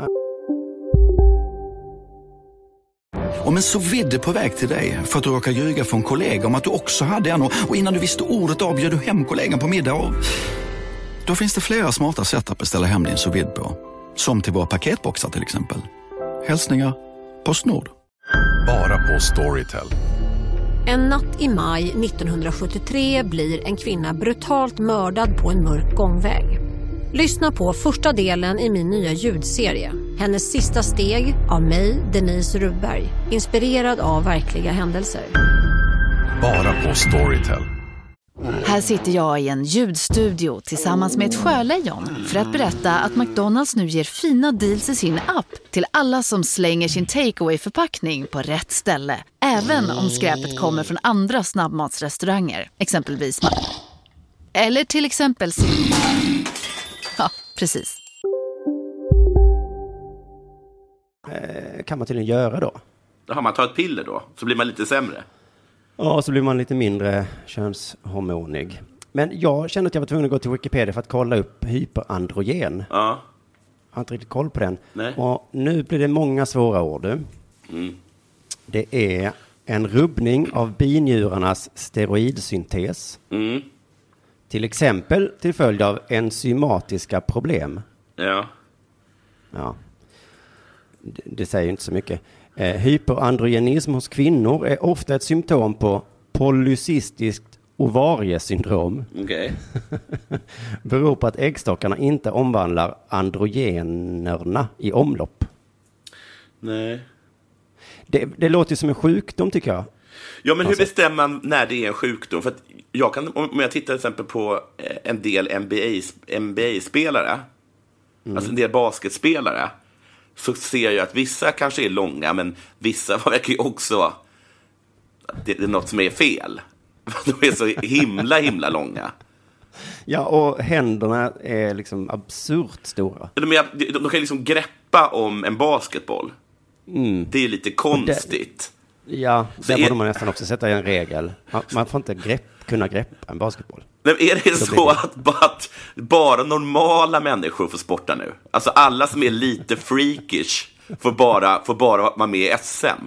Om en så vidde på väg till dig för att du råkar ljuga från kollega om att du också hade en, och innan du visste ordet av bjöd du hem kollegan på middag och... Då finns det flera smarta sätt att beställa hem din sous vide på. Som till våra paketboxar till exempel. Hälsningar Postnord.
Bara på Storytel.
En natt i maj nittonhundrasjuttiotre blir en kvinna brutalt mördad på en mörk gångväg. Lyssna på första delen i min nya ljudserie. Hennes sista steg av mig, Denise Rubberg. Inspirerad av verkliga händelser.
Bara på Storytel.
Här sitter jag i en ljudstudio tillsammans med ett sjölejon för att berätta att McDonalds nu ger fina deals i sin app till alla som slänger sin takeaway-förpackning på rätt ställe. Även om skräpet kommer från andra snabbmatsrestauranger, exempelvis Ma- Eller till exempel... Ja, precis.
Eh, kan man tydligen göra då.
Då har man tagit piller då, så blir man lite sämre.
Ja, så blir man lite mindre könshormonig. Men jag kände att jag var tvungen att gå till Wikipedia för att kolla upp hyperandrogen.
Ja.
Jag har inte riktigt koll på den.
Nej.
Och nu blir det många svåra ord. Du.
Mm.
Det är en rubbning av binjurarnas steroidsyntes.
Mm.
Till exempel till följd av enzymatiska problem.
Ja.
Ja. Det, det säger ju inte så mycket. Eh, hyperandrogenism hos kvinnor är ofta ett symptom på polycystiskt ovariesyndrom.
Okej.
Beror på att äggstockarna inte omvandlar androgenerna i omlopp.
Nej.
Det, det låter ju som en sjukdom, tycker jag.
Ja, men hur
Alltså.
bestämmer man när det är en sjukdom? För att jag kan, om jag tittar till exempel på eh, en del N B A, N B A-spelare,
Mm.
alltså en del basketspelare, så ser jag att vissa kanske är långa, men vissa verkar ju också att det, det är något som är fel. De är så himla, himla långa.
Ja, och händerna är liksom absurt stora.
De, är, de, de kan liksom greppa om en basketboll.
Mm.
Det är lite konstigt.
Ja,
Så
där
är-
borde man nästan också sätta en regel. Man, man får inte grepp, kunna greppa en basketboll.
Men är det så att, att bara normala människor får sporta nu? Alltså alla som är lite freakish får bara, får bara vara med i S M?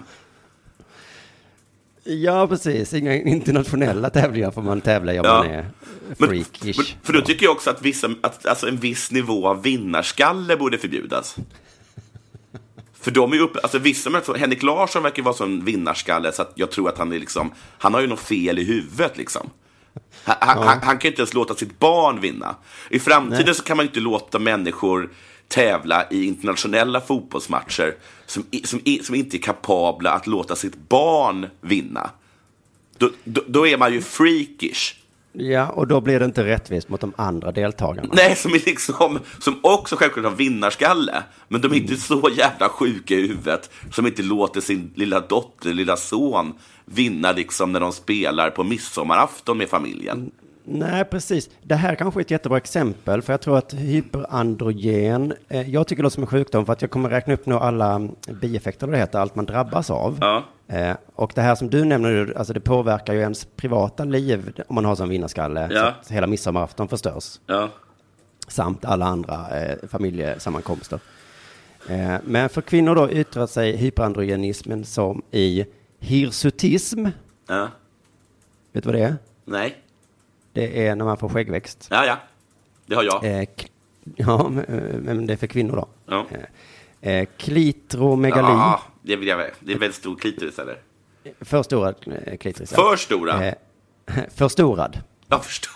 Ja, precis. Inga internationella tävlingar får man tävla i om
ja.
man är freakish.
Men, men, för då tycker jag också att, vissa, att alltså en viss nivå av vinnarskalle borde förbjudas. För de är upp, alltså vissa människor, Henrik Larsson verkar vara sån vinnarskalle så att jag tror att han är liksom, han har ju något fel i huvudet liksom. Han, ja. han, han kan inte ens låta sitt barn vinna. I framtiden Nej. så kan man inte låta människor tävla i internationella fotbollsmatcher som, som, som inte är kapabla att låta sitt barn vinna. Då, då, då är man ju freakish.
Ja, och då blir det inte rättvist mot de andra deltagarna.
Nej, som är liksom, som också självklart har vinnarskalle, men de är inte så jävla sjuka i huvudet som inte låter sin lilla dotter, lilla son vinna liksom när de spelar på midsommarafton med familjen.
Nej, precis. Det här kanske är ett jättebra exempel, för jag tror att hyperandrogen, eh, jag tycker det låter som en sjukdom för att jag kommer räkna upp nu alla bieffekter, det heter, allt man drabbas av.
Ja.
Eh, och det här som du nämner, alltså det påverkar ju ens privata liv om man har som vinnarskalle,
ja.
så att hela midsommarafton förstörs.
Ja.
Samt alla andra eh, familjesammankomster. Eh, men för kvinnor då yttrar sig hyperandrogenismen som i hirsutism.
Ja.
Vet du vad det är?
Nej.
Det är när man får skäggväxt.
Ja, ja. Det har jag.
Eh, k- ja, men det är för kvinnor då.
Ja.
Eh, eh, klitromegali.
Ja, det vill jag. Det är väldigt stor klitoris, eller?
För stora eh, klitoris.
För stora?
Eh, förstorad.
Jag förstår.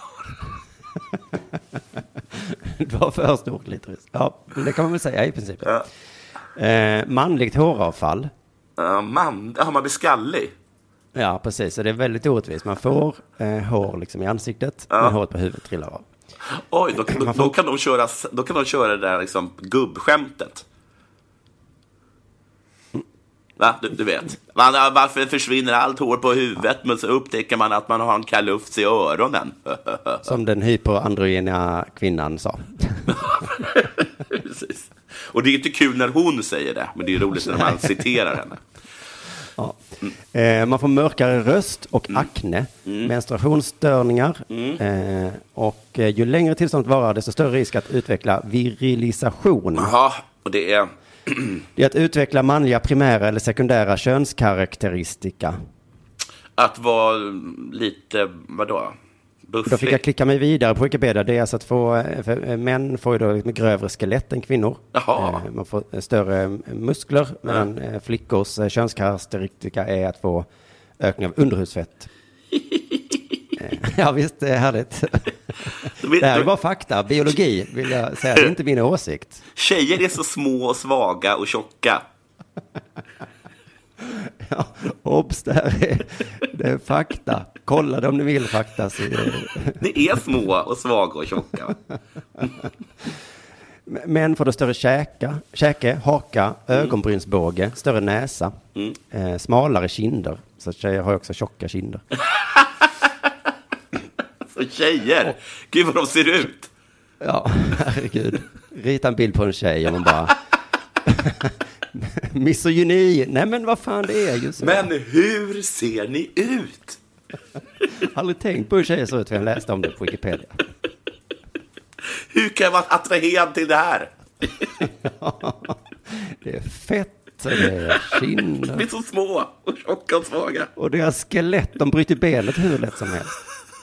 Det var för stor klitoris. Ja, det kan man väl säga i princip.
Ja.
Eh, manligt håravfall.
Uh, man, har man blir skallig?
Ja, precis. Så det är väldigt orättvist. Man får eh, hår liksom i ansiktet, ja. Men håret på huvudet trillar av.
Oj, då, då,
får...
då, kan de köra, då kan de köra det där liksom gubbskämtet. Va? Du, du vet. Man, varför försvinner allt hår på huvudet, men så upptäcker man att man har en kalufs i öronen.
Som den hyperandrogena kvinnan sa.
Precis. Och det är inte kul när hon säger det, men det är roligt när man citerar henne.
Ja. Mm. Eh, man får mörkare röst och mm. akne, mm. menstruationsstörningar mm. eh, och eh, ju längre tillståndet varar desto större risk att utveckla virilisation.
Jaha, och det är...
det är att utveckla manliga primära eller sekundära könskaraktäristika.
Att vara lite, vadå? Buffig.
Då fick jag klicka mig vidare på Wikipedia. Det är alltså att få, för män får ju då liksom grövre skelett än kvinnor.
Jaha.
Man får större muskler, medan ja. flickors könskaraktäristika är att få ökning av underhudsfett. Ja visst, det är härligt. Det här är bara fakta, biologi vill jag säga, det är inte min åsikt.
Tjejer är så små och svaga och tjocka.
Ja, obs, det här är, det är fakta. Kolla det om ni vill fakta. Så
ni är små och svaga och tjocka.
Män får då större käka, käke, haka, mm. ögonbrynsbåge, större näsa, mm. eh, smalare kinder. Så tjejer har också tjocka kinder.
Så tjejer, oh. Gud vad de ser ut.
Ja, herregud. Rita en bild på en tjej och man bara... misogyni. Nej men vad fan, det är ju så.
Men hur ser ni ut?
Aldrig tänkt på hur tjejer ser ut för jag läste om det på Wikipedia.
Hur kan jag vara attraherad till det här?
Ja, det är fett. Det är kinder.
De är så små och tjocka och svaga.
Och deras skelett, de bryter benet hur lätt som helst.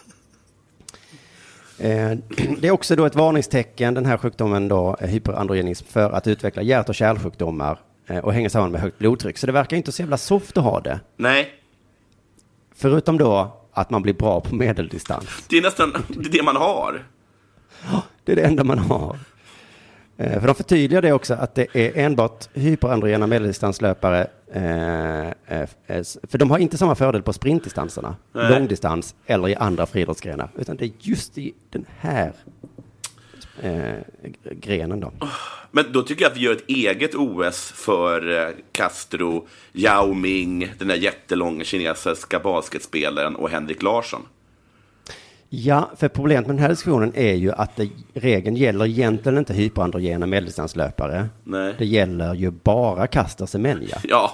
Det är också då ett varningstecken, den här sjukdomen då, hyperandrogenism, för att utveckla hjärt- och kärlsjukdomar och hänger samman med högt blodtryck. Så det verkar inte så jävla soft att ha det.
Nej.
Förutom då att man blir bra på medeldistans.
Det är nästan det, är det man har.
Ja, det är det enda man har. För de förtydligar det också att det är enbart hyperandrogena medeldistanslöpare. För de har inte samma fördel på sprintdistanserna, Nej. långdistans eller i andra friidrottsgrenar. Utan det är just i den här eh, grenen då.
Men då tycker jag att vi gör ett eget O S för Castro, Yao Ming, den där jättelånga kinesiska basketspelaren och Henrik Larsson.
Ja, för problemet med den här diskussionen är ju att det, regeln gäller egentligen inte hyperandrogena medeldistanslöpare.
Nej.
Det gäller ju bara Caster Semenya.
Ja.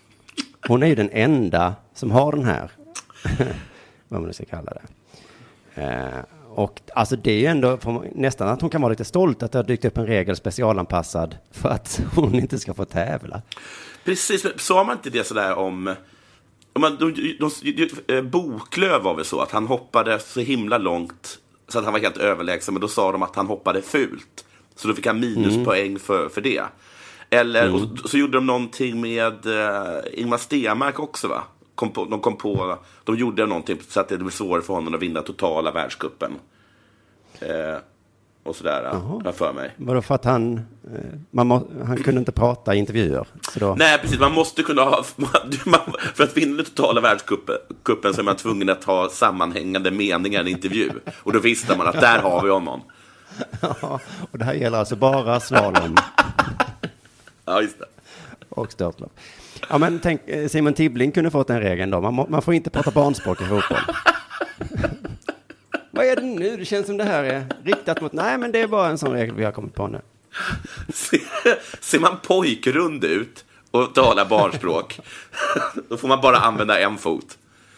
Hon är ju den enda som har den här, vad man nu ska kalla det. Eh, och alltså det är ju ändå nästan att hon kan vara lite stolt att det har dykt upp en regel specialanpassad för att hon inte ska få tävla.
Precis, men sa man inte det sådär om... om man, de, de, de, Boklöv var väl så att han hoppade så himla långt så att han var helt överlägsen, men då sa de att han hoppade fult. Så då fick han minuspoäng mm. för, för det. Eller mm. och så gjorde de någonting med uh, Ingmar Stenmark också, va? Kom på, de kom på, de gjorde någonting så att det blev svårare för honom att vinna totala världscupen. Eh, och sådär, Aha. för mig.
Vadå, för att han, eh, man må, han kunde inte prata i intervjuer? Så då...
Nej, precis. Man måste kunna ha, man, för att vinna den totala världscupen så är man tvungen att ha sammanhängande meningar i en intervju. Och då visste man att där har vi honom.
Ja, och det här gäller alltså bara slalom.
Ja, just det.
Och störtlopp. Ja, men tänk, Simon Tibbling kunde fått den regeln då. Man, må, man får inte prata barnspråk i fotboll. Vad är det nu? Det känns som det här är riktat mot... Nej, men det är bara en sån regel vi har kommit på nu.
Ser man pojkrund ut och talar barnspråk, då får man bara använda en fot.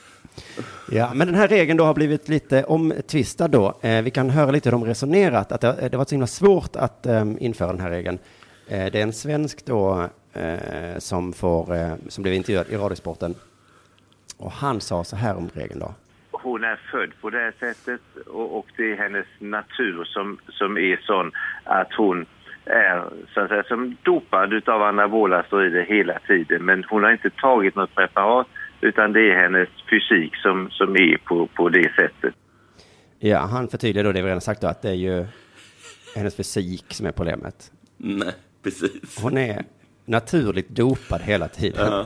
Ja, men den här regeln då har blivit lite omtvistad då. Eh, vi kan höra lite hur de resonerat. Att det, det var så himla svårt att um, införa den här regeln. Eh, det är en svensk då eh, som, får, eh, som blev intervjuad i Radiosporten. Och han sa så här om regeln då.
Hon är född på det här sättet och, och det är hennes natur som, som är sån att hon är så att säga, som dopad utav anabola steroider hela tiden. Men hon har inte tagit något preparat utan det är hennes fysik som, som är på, på det sättet.
Ja, han förtydligar då det vi redan sagt då, att det är ju hennes fysik som är problemet.
Nej, precis.
Hon är naturligt dopad hela tiden. Uh-huh.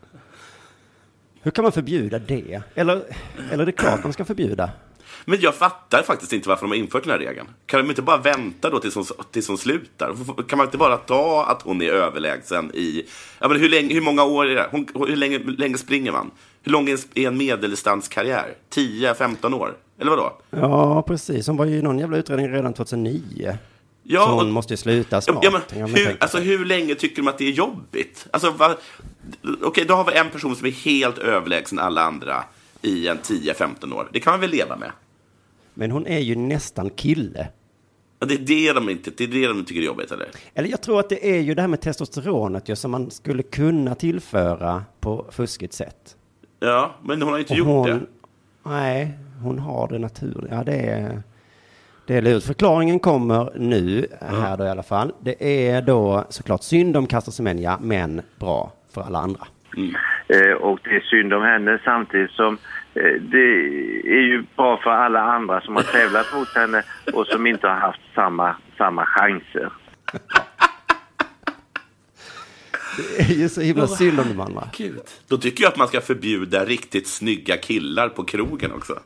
Hur kan man förbjuda det? Eller, eller är det klart man ska förbjuda?
Men jag fattar faktiskt inte varför de har infört den här regeln. Kan de inte bara vänta då tills hon, tills hon slutar? Kan man inte bara ta att hon är överlägsen i... Ja, men hur, länge, hur många år är det? Hon, hur länge, länge springer man? Hur lång är en medeldistanskarriär? tio femton år? Eller vadå?
Ja, precis. Hon var ju i någon jävla utredning redan tjugohundranio.
Ja,
så hon och, måste ju sluta snart.
Ja, men hur, alltså, hur länge tycker de att det är jobbigt? Alltså, va, okej, okay, då har vi en person som är helt överlägsen alla andra i en tio femton år. Det kan man väl leva med?
Men hon är ju nästan kille.
Ja, det är det de inte, det är det de tycker är jobbigt, eller?
Eller jag tror att det är ju det här med testosteronet ju, som man skulle kunna tillföra på fuskigt sätt.
Ja, men hon har inte och gjort
hon,
det.
Nej, hon har det naturligt. Ja, det är... Det är lurt. Förklaringen kommer nu, här då i alla fall. Det är då såklart synd om Caster Semenya, men bra för alla andra.
Mm. Eh, och det är synd om henne samtidigt som eh, det är ju bra för alla andra som har tävlat mot henne och som inte har haft samma, samma chanser.
Det är ju så himla synd om de andra.
Gud. Då tycker jag att man ska förbjuda riktigt snygga killar på krogen också.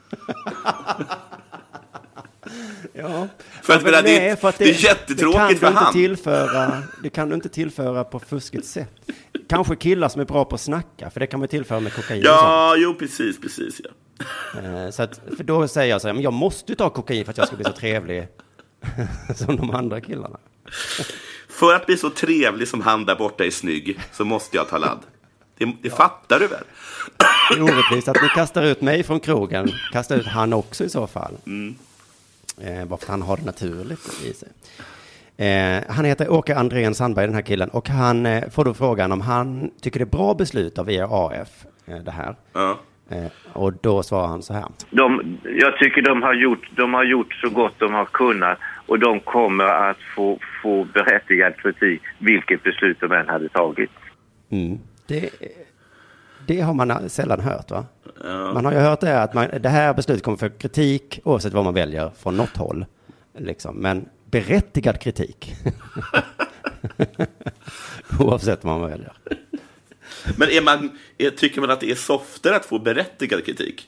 Ja,
för att, ja, men det, nej, för att det, det är jättetråkigt
det
för han.
Tillföra, det kan du inte tillföra på fuskigt sätt. Kanske killar som är bra på att snacka, för det kan man tillföra med kokain.
Ja, och jo, precis, precis, ja.
Så att, för då säger jag så här, men jag måste ju ta kokain för att jag ska bli så trevlig som de andra killarna.
För att bli så trevlig som han där borta är snygg, så måste jag ta ladd. Det, det ja. Fattar du väl?
Det är orättvist att ni kastar ut mig från krogen. Kastar ut han också i så fall. Mm. Eh, bara för att han har det naturligt i sig. Eh, han heter Åke Andrén Sandberg, den här killen. Och han eh, får då frågan om han tycker det är bra beslut av V A F, eh, det här.
Ja.
Eh, och då svarar han så här.
De, jag tycker de har, gjort, de har gjort så gott de har kunnat. Och de kommer att få, få berättigad kritik vilket beslut de än hade tagit.
Mm. Det, det har man sällan hört, va? Ja. Man har ju hört det att man, det här beslutet kommer för kritik oavsett vad man väljer från något håll. Liksom. Men berättigad kritik. Oavsett vad man väljer.
Men är man, är, tycker man att det är softare att få berättigad kritik?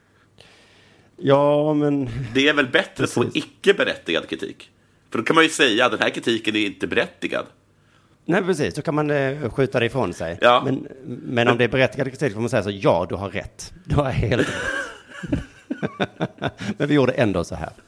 Ja, men...
Det är väl bättre precis. Att få icke-berättigad kritik? För då kan man ju säga att den här kritiken är inte berättigad. Nej,
precis. Så kan man eh, skjuta det ifrån sig.
Ja.
Men, men om det är berättigad kritik får man säga så, ja, du har rätt. Du har helt rätt. Men vi gjorde ändå så här.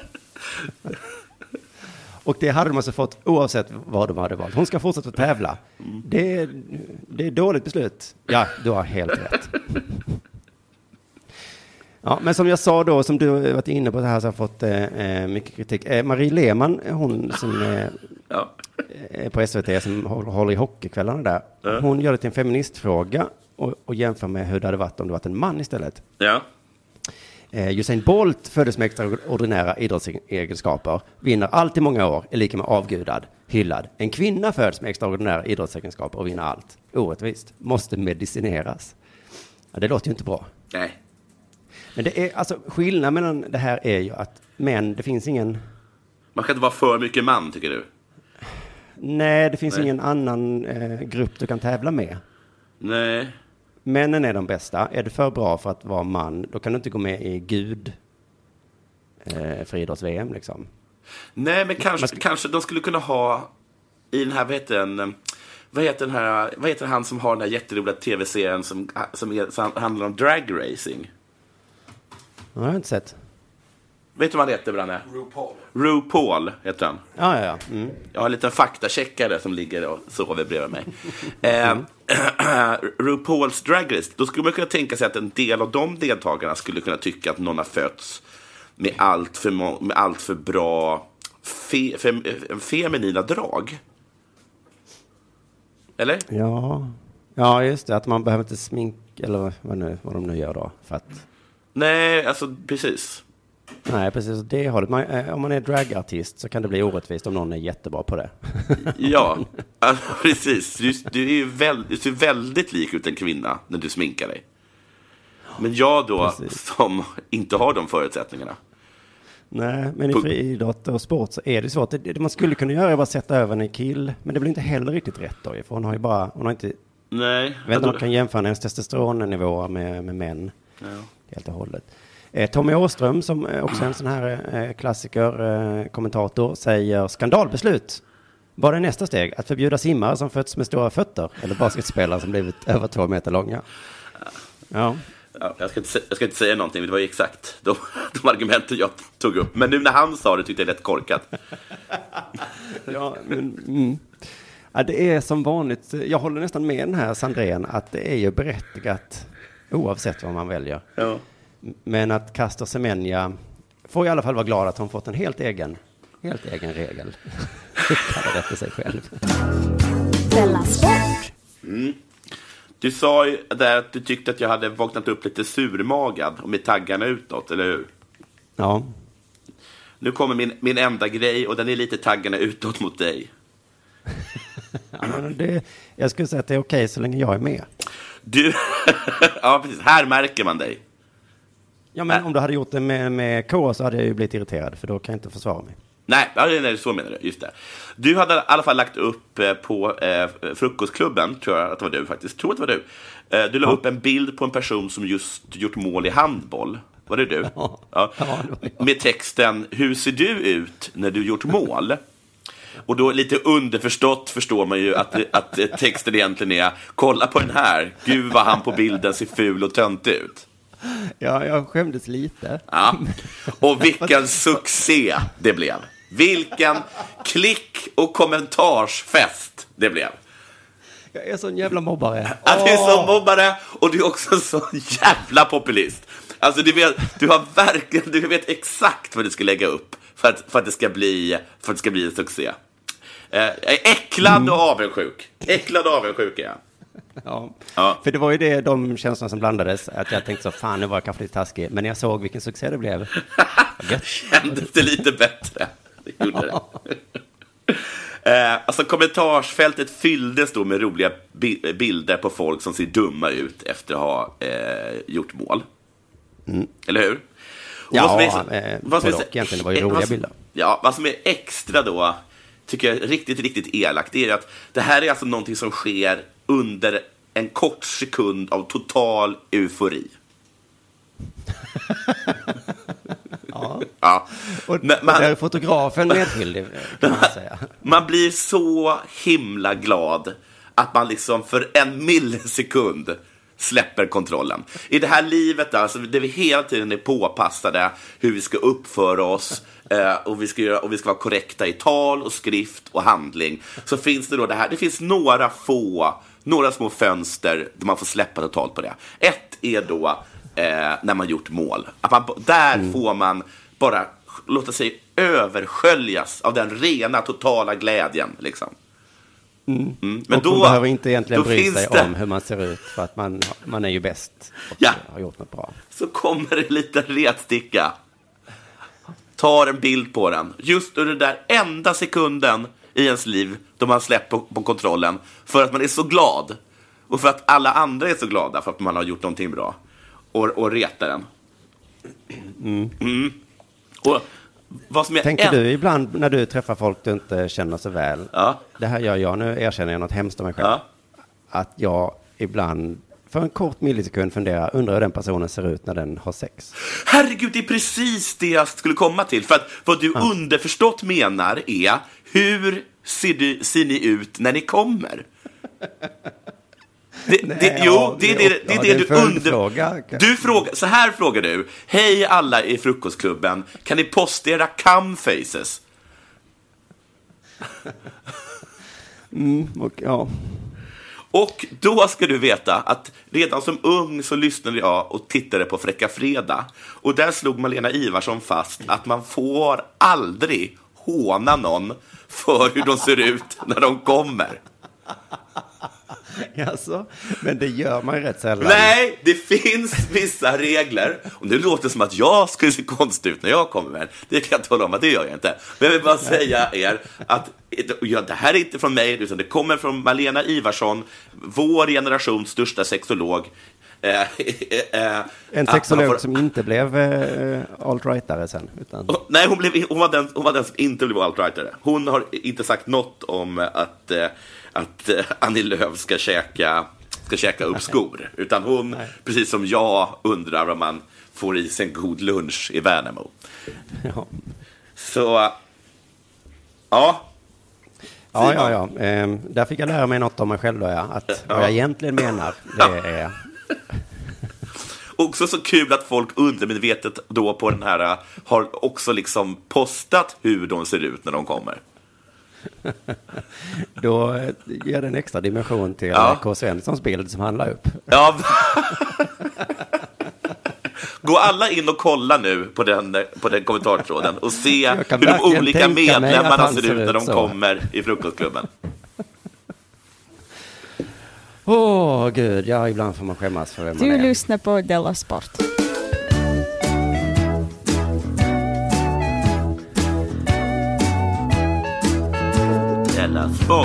Och det hade de alltså fått oavsett vad de hade valt. Hon ska fortsätta tävla. Det är, det är dåligt beslut. Ja, du har helt rätt. Ja, men som jag sa då, som du varit inne på det här, så har jag fått eh, mycket kritik. Eh, Marie Lehmann, hon som eh,
ja.
är på S V T, som håller i hockeykvällarna där.
Ja.
Hon gör det till en feministfråga och, och jämför med hur det hade varit om det varit en man istället.
Ja.
Eh, Usain Bolt föddes med extraordinära idrottsegenskaper, vinner allt i många år, är lika med avgudad, hyllad. En kvinna föds med extraordinära idrottsegenskaper och vinner allt. Orättvist. Måste medicineras. Ja, det låter ju inte bra.
Nej.
Men det är, alltså, skillnaden mellan det här är ju att män, det finns ingen...
Man kan inte vara för mycket man, tycker du?
Nej, det finns
Nej.
ingen annan eh, grupp du kan tävla med.
Nej.
Männen är de bästa. Är du för bra för att vara man, då kan du inte gå med i Gud eh, friidrotts-V M liksom.
Nej, men kanske,
ska...
kanske de skulle kunna ha i den här, vad heter den, vad heter den här, vad heter han som har den här jätteroliga tv-serien som, som, är, som handlar om drag racing?
Ja, jag har inte sett.
Vet du vad han heter, Branne?
RuPaul.
RuPaul heter han.
Ja, ja, ja. Mm.
Jag har en liten faktacheckare som ligger och sover bredvid mig. eh, RuPaul's Drag Race. Då skulle man kunna tänka sig att en del av de deltagarna skulle kunna tycka att någon har fötts med allt för, med allt för bra fe, fem, feminina drag. Eller?
Ja. Ja, just det. Att man behöver inte smink eller vad, nu, vad de nu gör då. För att...
Nej, alltså precis.
Nej, precis. Det hållet. Man, eh, om man är dragartist så kan det bli orättvist om någon är jättebra på det.
Ja, alltså, precis. Du, du är ju väl, du ser väldigt lik ut en kvinna när du sminkar dig. Men jag då, precis, som inte har de förutsättningarna.
Nej, men i friidrott och sport så är det svårt. Det, det man skulle kunna göra är bara sätta över en kill. Men det blir inte heller riktigt rätt då. För hon har ju bara, hon har inte...
Nej.
Jag vet inte om man kan jämföra hennes testosteronnivåer med, med män. Ja. Helt och hållet. Eh, Tommy Åström, som också är en sån här eh, klassiker, eh, kommentator, säger skandalbeslut. Vad är nästa steg? Att förbjuda simmare som fötts med stora fötter? Eller basketspelare som blivit över två meter långa? Ja.
Ja, jag, ska inte, jag ska inte säga någonting, det var ju exakt de, de argumenten jag tog upp. Men nu när han sa det tyckte jag det är rätt korkat.
Ja, men, mm. Ja, det är som vanligt. Jag håller nästan med den här Sandrén att det är ju berättigat oavsett vad man väljer. Ja. Men att Castor Semenya får i alla fall vara glad att hon fått en helt egen, helt egen regel. Kallar det för sig själv.
Della Sport.
Mm. Du sa ju där att du tyckte att jag hade vaknat upp lite surmagad och med taggarna utåt, eller hur?
Ja.
Nu kommer min, min enda grej och den är lite taggarna utåt mot dig.
Ja, men det, jag skulle säga att det är okej så länge jag är med.
Du, ja precis, här märker man dig.
Ja, men äh. om du hade gjort det med, med K så hade jag ju blivit irriterad, för då kan jag inte försvara mig.
Nej, nej, så menar du, just det. Du hade i alla fall lagt upp på eh, frukostklubben, tror jag att det var du faktiskt. Tror att det var du. Eh, du la ja. upp en bild på en person som just gjort mål i handboll. Var det du?
Ja.
Ja.
Ja, det var jag.
Med texten, hur ser du ut när du gjort mål? Och då lite underförstått förstår man ju att, att texten egentligen är, kolla på den här, gud vad han på bilden ser ful och tönt ut.
Ja, jag skämdes lite.
Ja. Och vilken succé det blev. Vilken klick- och kommentarsfest det blev.
Jag är sån jävla mobbare.
Ja, du är så mobbare och du är också så jävla populist. Alltså du vet, du har verkligen, du vet exakt vad du ska lägga upp för att, för att, det, ska bli, för att det ska bli en succé. Jag är äcklad och avundsjuk. Äcklad och avundsjuk är jag.
Ja.
Ja,
för det var ju det, de känslorna som blandades, att jag tänkte så, fan nu var jag kanske lite taskig, men när jag såg vilken succé det blev
kändes det lite bättre. Det gjorde det. eh, alltså kommentarsfältet fylldes då med roliga bi- bilder på folk som ser dumma ut efter att ha eh, gjort mål. Mm. Eller hur? Och
ja,
vad som är,
eh,
vad som är,
egentligen det var ju roliga
vad som,
bilder.
Ja, vad som är extra då, tycker jag riktigt, riktigt elakt, det är att det här är alltså någonting som sker under en kort sekund av total eufori.
Ja.
Ja.
Och,
man,
och där är fotografen medskyldig, kan man säga.
Man blir så himla glad att man liksom för en millisekund släpper kontrollen. I det här livet alltså, där vi hela tiden är påpassade hur vi ska uppföra oss eh, och, vi ska göra, och vi ska vara korrekta i tal och skrift och handling, så finns det då det här, det finns några få några små fönster där man får släppa totalt på det. Ett är då eh, när man gjort mål. Att man, där mm. får man bara låta sig översköljas av den rena, totala glädjen. Liksom.
Mm.
Mm. Men
och
då
man behöver inte egentligen bry sig
det...
om hur man ser ut, för att man, man är ju bäst och
ja.
har gjort något bra.
Så kommer det en liten retsticka. Tar en bild på den. Just under den där enda sekunden i ens liv då man släpper på, på kontrollen, för att man är så glad. Och för att alla andra är så glada för att man har gjort någonting bra. Och, och retar den.
Mm.
Mm. Och vad som är
Tänker
en...
du ibland när du träffar folk du inte känner så väl?
Ja.
Det här gör jag, nu erkänner jag något hemskt om mig själv.
Ja.
Att jag ibland för en kort millisekund funderar, undrar hur den personen ser ut när den har sex.
Herregud, det är precis det jag skulle komma till. För att vad du ja. underförstått menar är, hur ser, du, ser ni ut när ni kommer? Det,
Nej,
det, jo,
ja,
det är
det,
det, det,
ja,
det,
det
du under... Du frågar, så här frågar du. Hej alla i frukostklubben, kan ni posta era cam-faces?
Mm, och, ja.
Och då ska du veta att redan som ung så lyssnade jag och tittade på Fräcka Fredag. Och där slog Malena Ivarsson fast att man får aldrig håna någon för hur de ser ut när de kommer.
Alltså, men det gör man rätt sällan.
Nej, det finns vissa regler. Och nu låter det som att jag skulle se konstigt ut när jag kommer med. Det kan jag tala om att det gör jag inte. Men jag vill bara säga er att ja, det här är inte från mig, utan det kommer från Malena Ivarsson, vår generations största sexolog. Eh, eh,
en sexolog får... som inte blev eh, alt-rightare sen. Utan...
Nej, hon, blev, hon, var den, hon var den som inte blev alt-rightare. Hon har inte sagt något om att... Eh, att uh, Annie Lööf ska käka, ska käka upp skor. Utan hon, Nej. precis som jag, undrar om man får i sig en god lunch i Värnamo.
Ja.
Så, uh, ja.
Ja, ja, ja. Ehm, där fick jag lära mig något om mig själv då, ja. Att ja. vad jag egentligen menar, det är...
Också så kul att folk undermedvetet då på den här har också liksom postat hur de ser ut när de kommer.
Då ger det en extra dimension till
ja.
K. Svenssons bild som han la upp.
Ja. Gå alla in och kolla nu på den, på den kommentartråden och se hur de olika medlemmarna ser ut när de så. kommer i frukostklubben.
Åh, oh, gud. Ja, ibland får man skämmas för vem man är.
Du lyssnar på Della Sport.
Della Sport.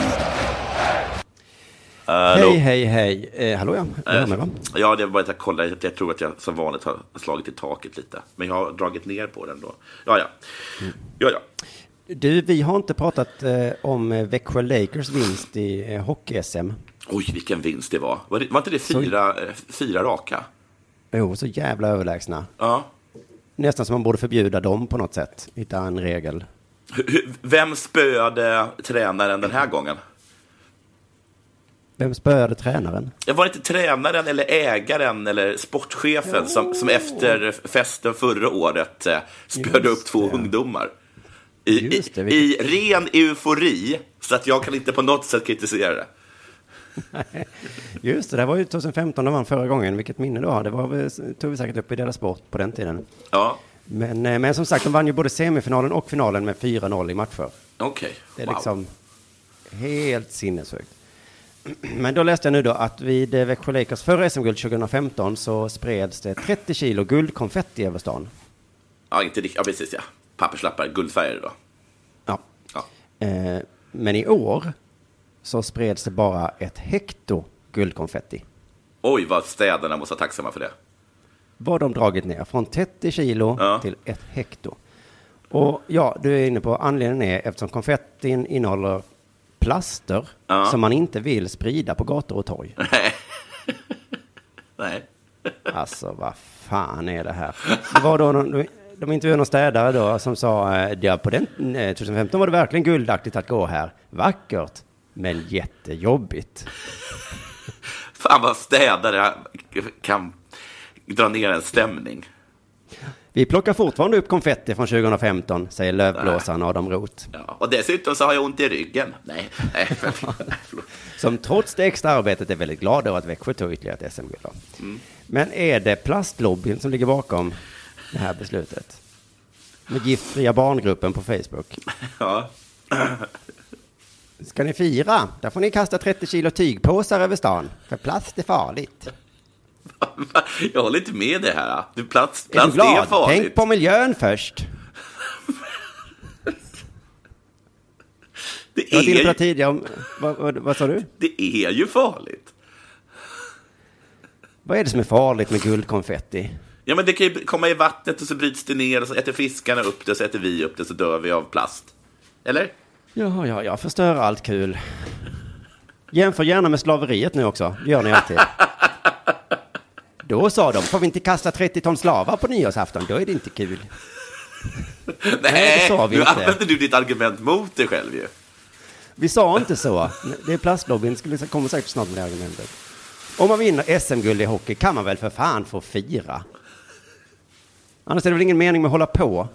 Hej, hej, hej. Eh, hallå, ja.
Eh, med, ja, det var bara att jag kollade. Jag tror att jag som vanligt har slagit i taket lite. Men jag har dragit ner på den då. Ja, ja. Ja, ja.
Du, vi har inte pratat eh, om Växjö Lakers vinst i eh, hockey-S M.
Oj, vilken vinst det var. Var, det, var inte det fyra, så... fyra raka?
Jo, så jävla överlägsna.
Ja.
Nästan som man borde förbjuda dem på något sätt. Hitta en regel.
Vem spöade tränaren den här gången?
Vem spöade tränaren?
Det var inte tränaren eller ägaren eller sportchefen som, som efter festen förra året spöade upp två ungdomar. I, det, i, I ren eufori, så att jag kan inte på något sätt kritisera det.
Just det, det var ju tjugohundrafemton när man förra gången. Vilket minne då? Det var, tog vi säkert upp i Della Sport på den tiden.
Ja.
Men, men som sagt, de vann ju både semifinalen och finalen med fyra noll i matcher.
Okej, okay.
Det är
wow.
liksom helt sinnessjukt. Men då läste jag nu då att vid Växjö Lakers förra S M-guld tjugohundrafemton så spreds det trettio kilo guldkonfetti över stan.
Ja, inte riktigt. Ja, precis, ja. Papperslappar, guldfärger då.
Ja.
ja.
Eh, men i år så spreds det bara ett hekto guldkonfetti.
Oj, vad städerna måste vara tacksamma för det.
Vad de dragit ner från trettio kilo ja. till ett hekto. Och ja, du är inne på anledningen är eftersom konfettin innehåller plaster ja. som man inte vill sprida på gator och torg.
Nej. Nej.
Alltså, vad fan är det här? Det var då någon, de intervjuade någon städare då som sa ja, på den tjugohundrafemton var det verkligen guldaktigt att gå här. Vackert, men jättejobbigt.
Fan vad städare kan dra ner en stämning.
Vi plockar fortfarande upp konfetti från tjugohundrafemton, säger lövblåsaren Adam Roth.
Ja, och dessutom så har jag ont i ryggen. Nej, nej, förlåt.
Som trots det extra arbetet är väldigt glad över att Växjö tog ytterligare ett S M-guld. Mm. Men är det plastlobbyn som ligger bakom det här beslutet? Med giftfria barngruppen på Facebook.
Ja.
Ska ni fira? Där får ni kasta trettio kilo tygpåsar över stan. För plast är farligt.
Jag håller inte med det här. Du, plast,
plast är, du glad?
är farligt.
Tänk på miljön först.
Det
jag var inne på
är
det tidigare om, vad, vad, vad sa du?
Det är ju farligt.
Vad är det som är farligt med guldkonfetti?
Ja, men det kan ju komma i vattnet och så bryts det ner och så äter fiskarna upp det och så äter vi upp det så dör vi av plast. Eller?
Ja, ja, jag förstör allt kul. Jämför gärna med slaveriet nu också. Det gör ni alltid. Då sa de, får vi inte kasta trettio ton slavar på nyårsafton? Då är det inte kul.
Nej, Nej det sa vi
nu
inte. Använder du ditt argument mot dig själv ju.
Vi sa inte så. Det är plastlobbyn, skulle komma säkert snart med det argumentet. Om man vinner S M-guld i hockey kan man väl för fan få fira. Annars är det väl ingen mening med att hålla på.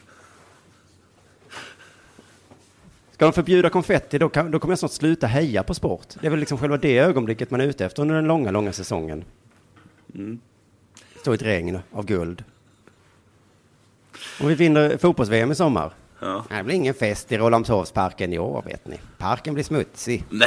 Ska de förbjuda konfetti, då, kan, då kommer jag snart sluta heja på sport. Det är väl liksom själva det ögonblicket man är ute efter under den långa, långa säsongen. Mm. Stå i ett regn av guld. Om vi vinner fotbolls-V M i sommar. Ja. Det blir ingen fest i Rålambshovsparken i år, vet ni. Parken blir smutsig.
Nej,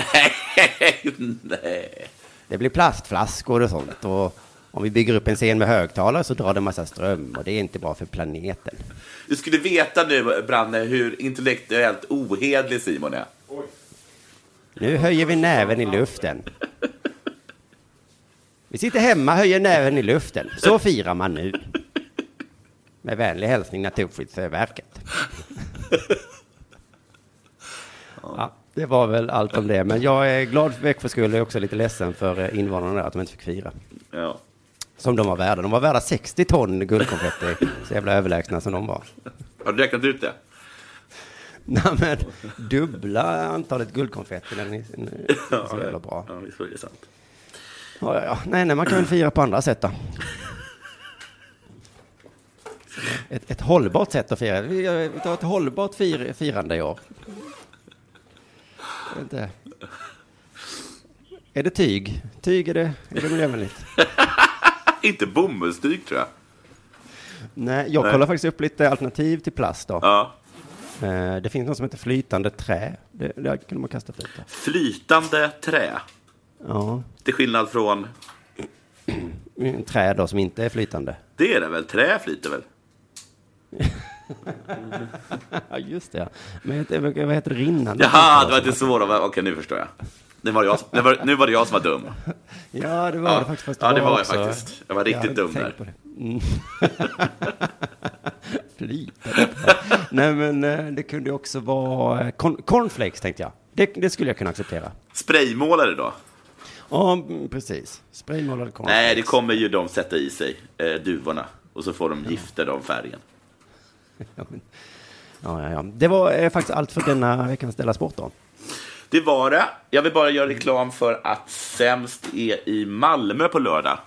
nej.
Det blir plastflaskor och sånt. Och om vi bygger upp en scen med högtalare så drar det en massa ström. Och det är inte bra för planeten.
Du skulle veta nu, Branne, hur intellektuellt ohedlig Simon är. Oj.
Nu höjer vi näven i luften. Vi sitter hemma och höjer näven i luften. Så firar man nu. Med vänlig hälsning Naturskyddsverket. Ja, det var väl allt om det. Men jag är glad för Växjö skull och också lite ledsen för invånarna där att de inte fick fira.
Ja.
Som de var värda. De var värda sextio ton guldkonfetti. Så jävla överlägsna som de var.
Har du räknat ut det?
Nej, men dubbla antalet guldkonfetti. Den är så jävla bra.
Ja, visst var det sant.
Ja, ja, ja. Nej, nej, man kan väl fira på andra sätt då. Ett, ett hållbart sätt att fira. Vi tar ett hållbart fir, firande i år. Inte. Är det tyg? Tyg är det, är det miljövänligt?
Inte bomullstyg tror jag.
Nej, jag Nej. kollar faktiskt upp lite alternativ till plast då.
Ja.
Det finns något som heter flytande trä. Det, det kan man kasta flyta.
Flytande trä? Ja. Till skillnad från?
Trä då som inte är flytande.
Det är det väl? Trä flyter väl?
Ja, just det. Men vad heter det? Rinnande?
Jaha, det var inte så. Okej, okay, nu förstår jag. Nu var, jag, nu, var, nu var det jag som var dum.
Ja, det var ja. det faktiskt.
Ja, det var, var
jag
faktiskt. Jag var riktigt jag dum där.
Mm. Flytande. Nej, men det kunde också vara corn, cornflakes, tänkte jag. Det, det skulle jag kunna acceptera.
Spraymålare då?
Ja, precis. Spraymålade cornflakes.
Nej, det kommer ju de sätta i sig, eh, duvorna. Och så får de gifter av färgen.
Ja, ja, ja. Det var eh, faktiskt allt för denna veckans Della Sport då.
Det var det. Jag vill bara göra reklam för att Sämst är i Malmö på lördag.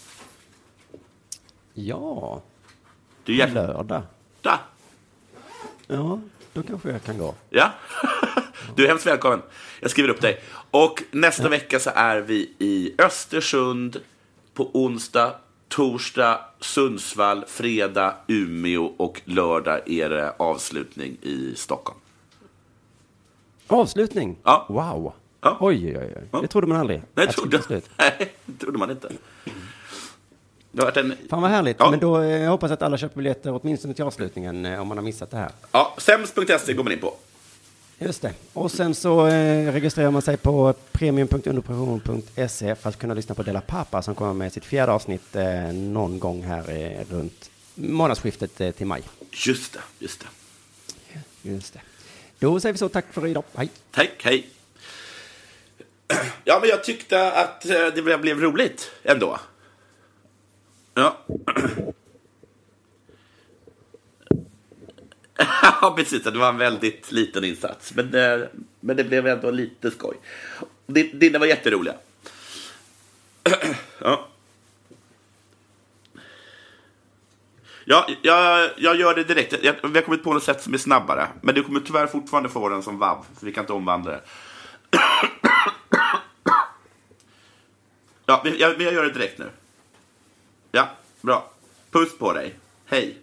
Ja.
Du är
lördag.
Da.
Ja, då kanske jag kan gå.
Ja. Du är hemskt välkommen. Jag skriver upp dig. Och nästa ja. vecka så är vi i Östersund på onsdag, torsdag, Sundsvall, fredag, Umeå och lördag är det avslutning i Stockholm.
Avslutning?
Ja.
Wow.
Ja.
Oj, oj, oj.
Ja.
Det trodde man aldrig.
Nej, det trodde, nej, det trodde man inte. Det har varit en...
Fan vad härligt.
Ja.
Men då eh, jag hoppas att alla köper biljetter åtminstone till avslutningen eh, om man har missat det här.
Ja, sämst punkt se går man in på.
Just det. Och sen så eh, registrerar man sig på premium punkt underproduktion punkt se för att kunna lyssna på Della Pappa som kommer med sitt fjärde avsnitt eh, någon gång här eh, runt månadsskiftet eh, till maj.
Just det, just det.
Just det. Då säger vi så, tack för idag. Hej.
Tack, hej. Ja, men jag tyckte att eh, det blev, blev roligt ändå. Ja. Ja, precis. Det var en väldigt liten insats. Men, eh, men det blev ändå lite skoj. Dina var jätteroliga. Ja. Ja, jag, jag gör det direkt. Jag, vi har kommit på något sätt som är snabbare. Men du kommer tyvärr fortfarande få den som vav. För vi kan inte omvandla det. Ja, jag, jag gör det direkt nu. Ja, bra. Puss på dig. Hej.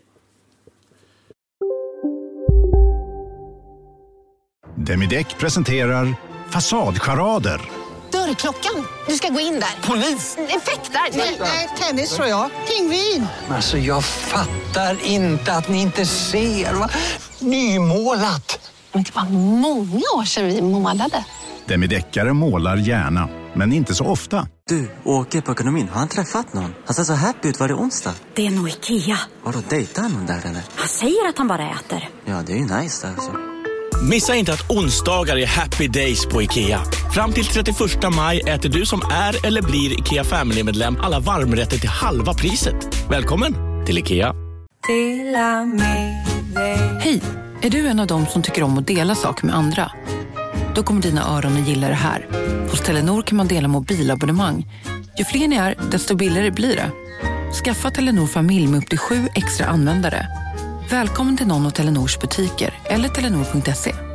Demideck presenterar Fasadcharader.
Dörrklockan. Du ska gå in där. Polis? Effektar? Nej, tennis tror jag. Pingvin.
Alltså jag fattar inte att ni inte ser. Va? Nymålat.
Men det var många år sedan vi målade.
Demideckare målar gärna, men inte så ofta.
Du, åker på ekonomin. Har han träffat någon? Han ser så happy ut. Var det onsdag?
Det är nog Ikea.
Har du dejtat någon där eller?
Han säger att han bara äter.
Ja, det är ju nice där alltså.
Missa inte att onsdagar är happy days på Ikea. Fram till trettioförsta maj äter du som är eller blir Ikea Family-medlem alla varmrätter till halva priset. Välkommen till Ikea.
Hej, är du en av dem som tycker om att dela saker med andra? Då kommer dina öron att gilla det här. Hos Telenor kan man dela mobilabonnemang. Ju fler ni är, desto billigare blir det. Skaffa Telenor familj med upp till sju extra användare. Välkommen till någon av Telenors butiker eller telenor punkt se.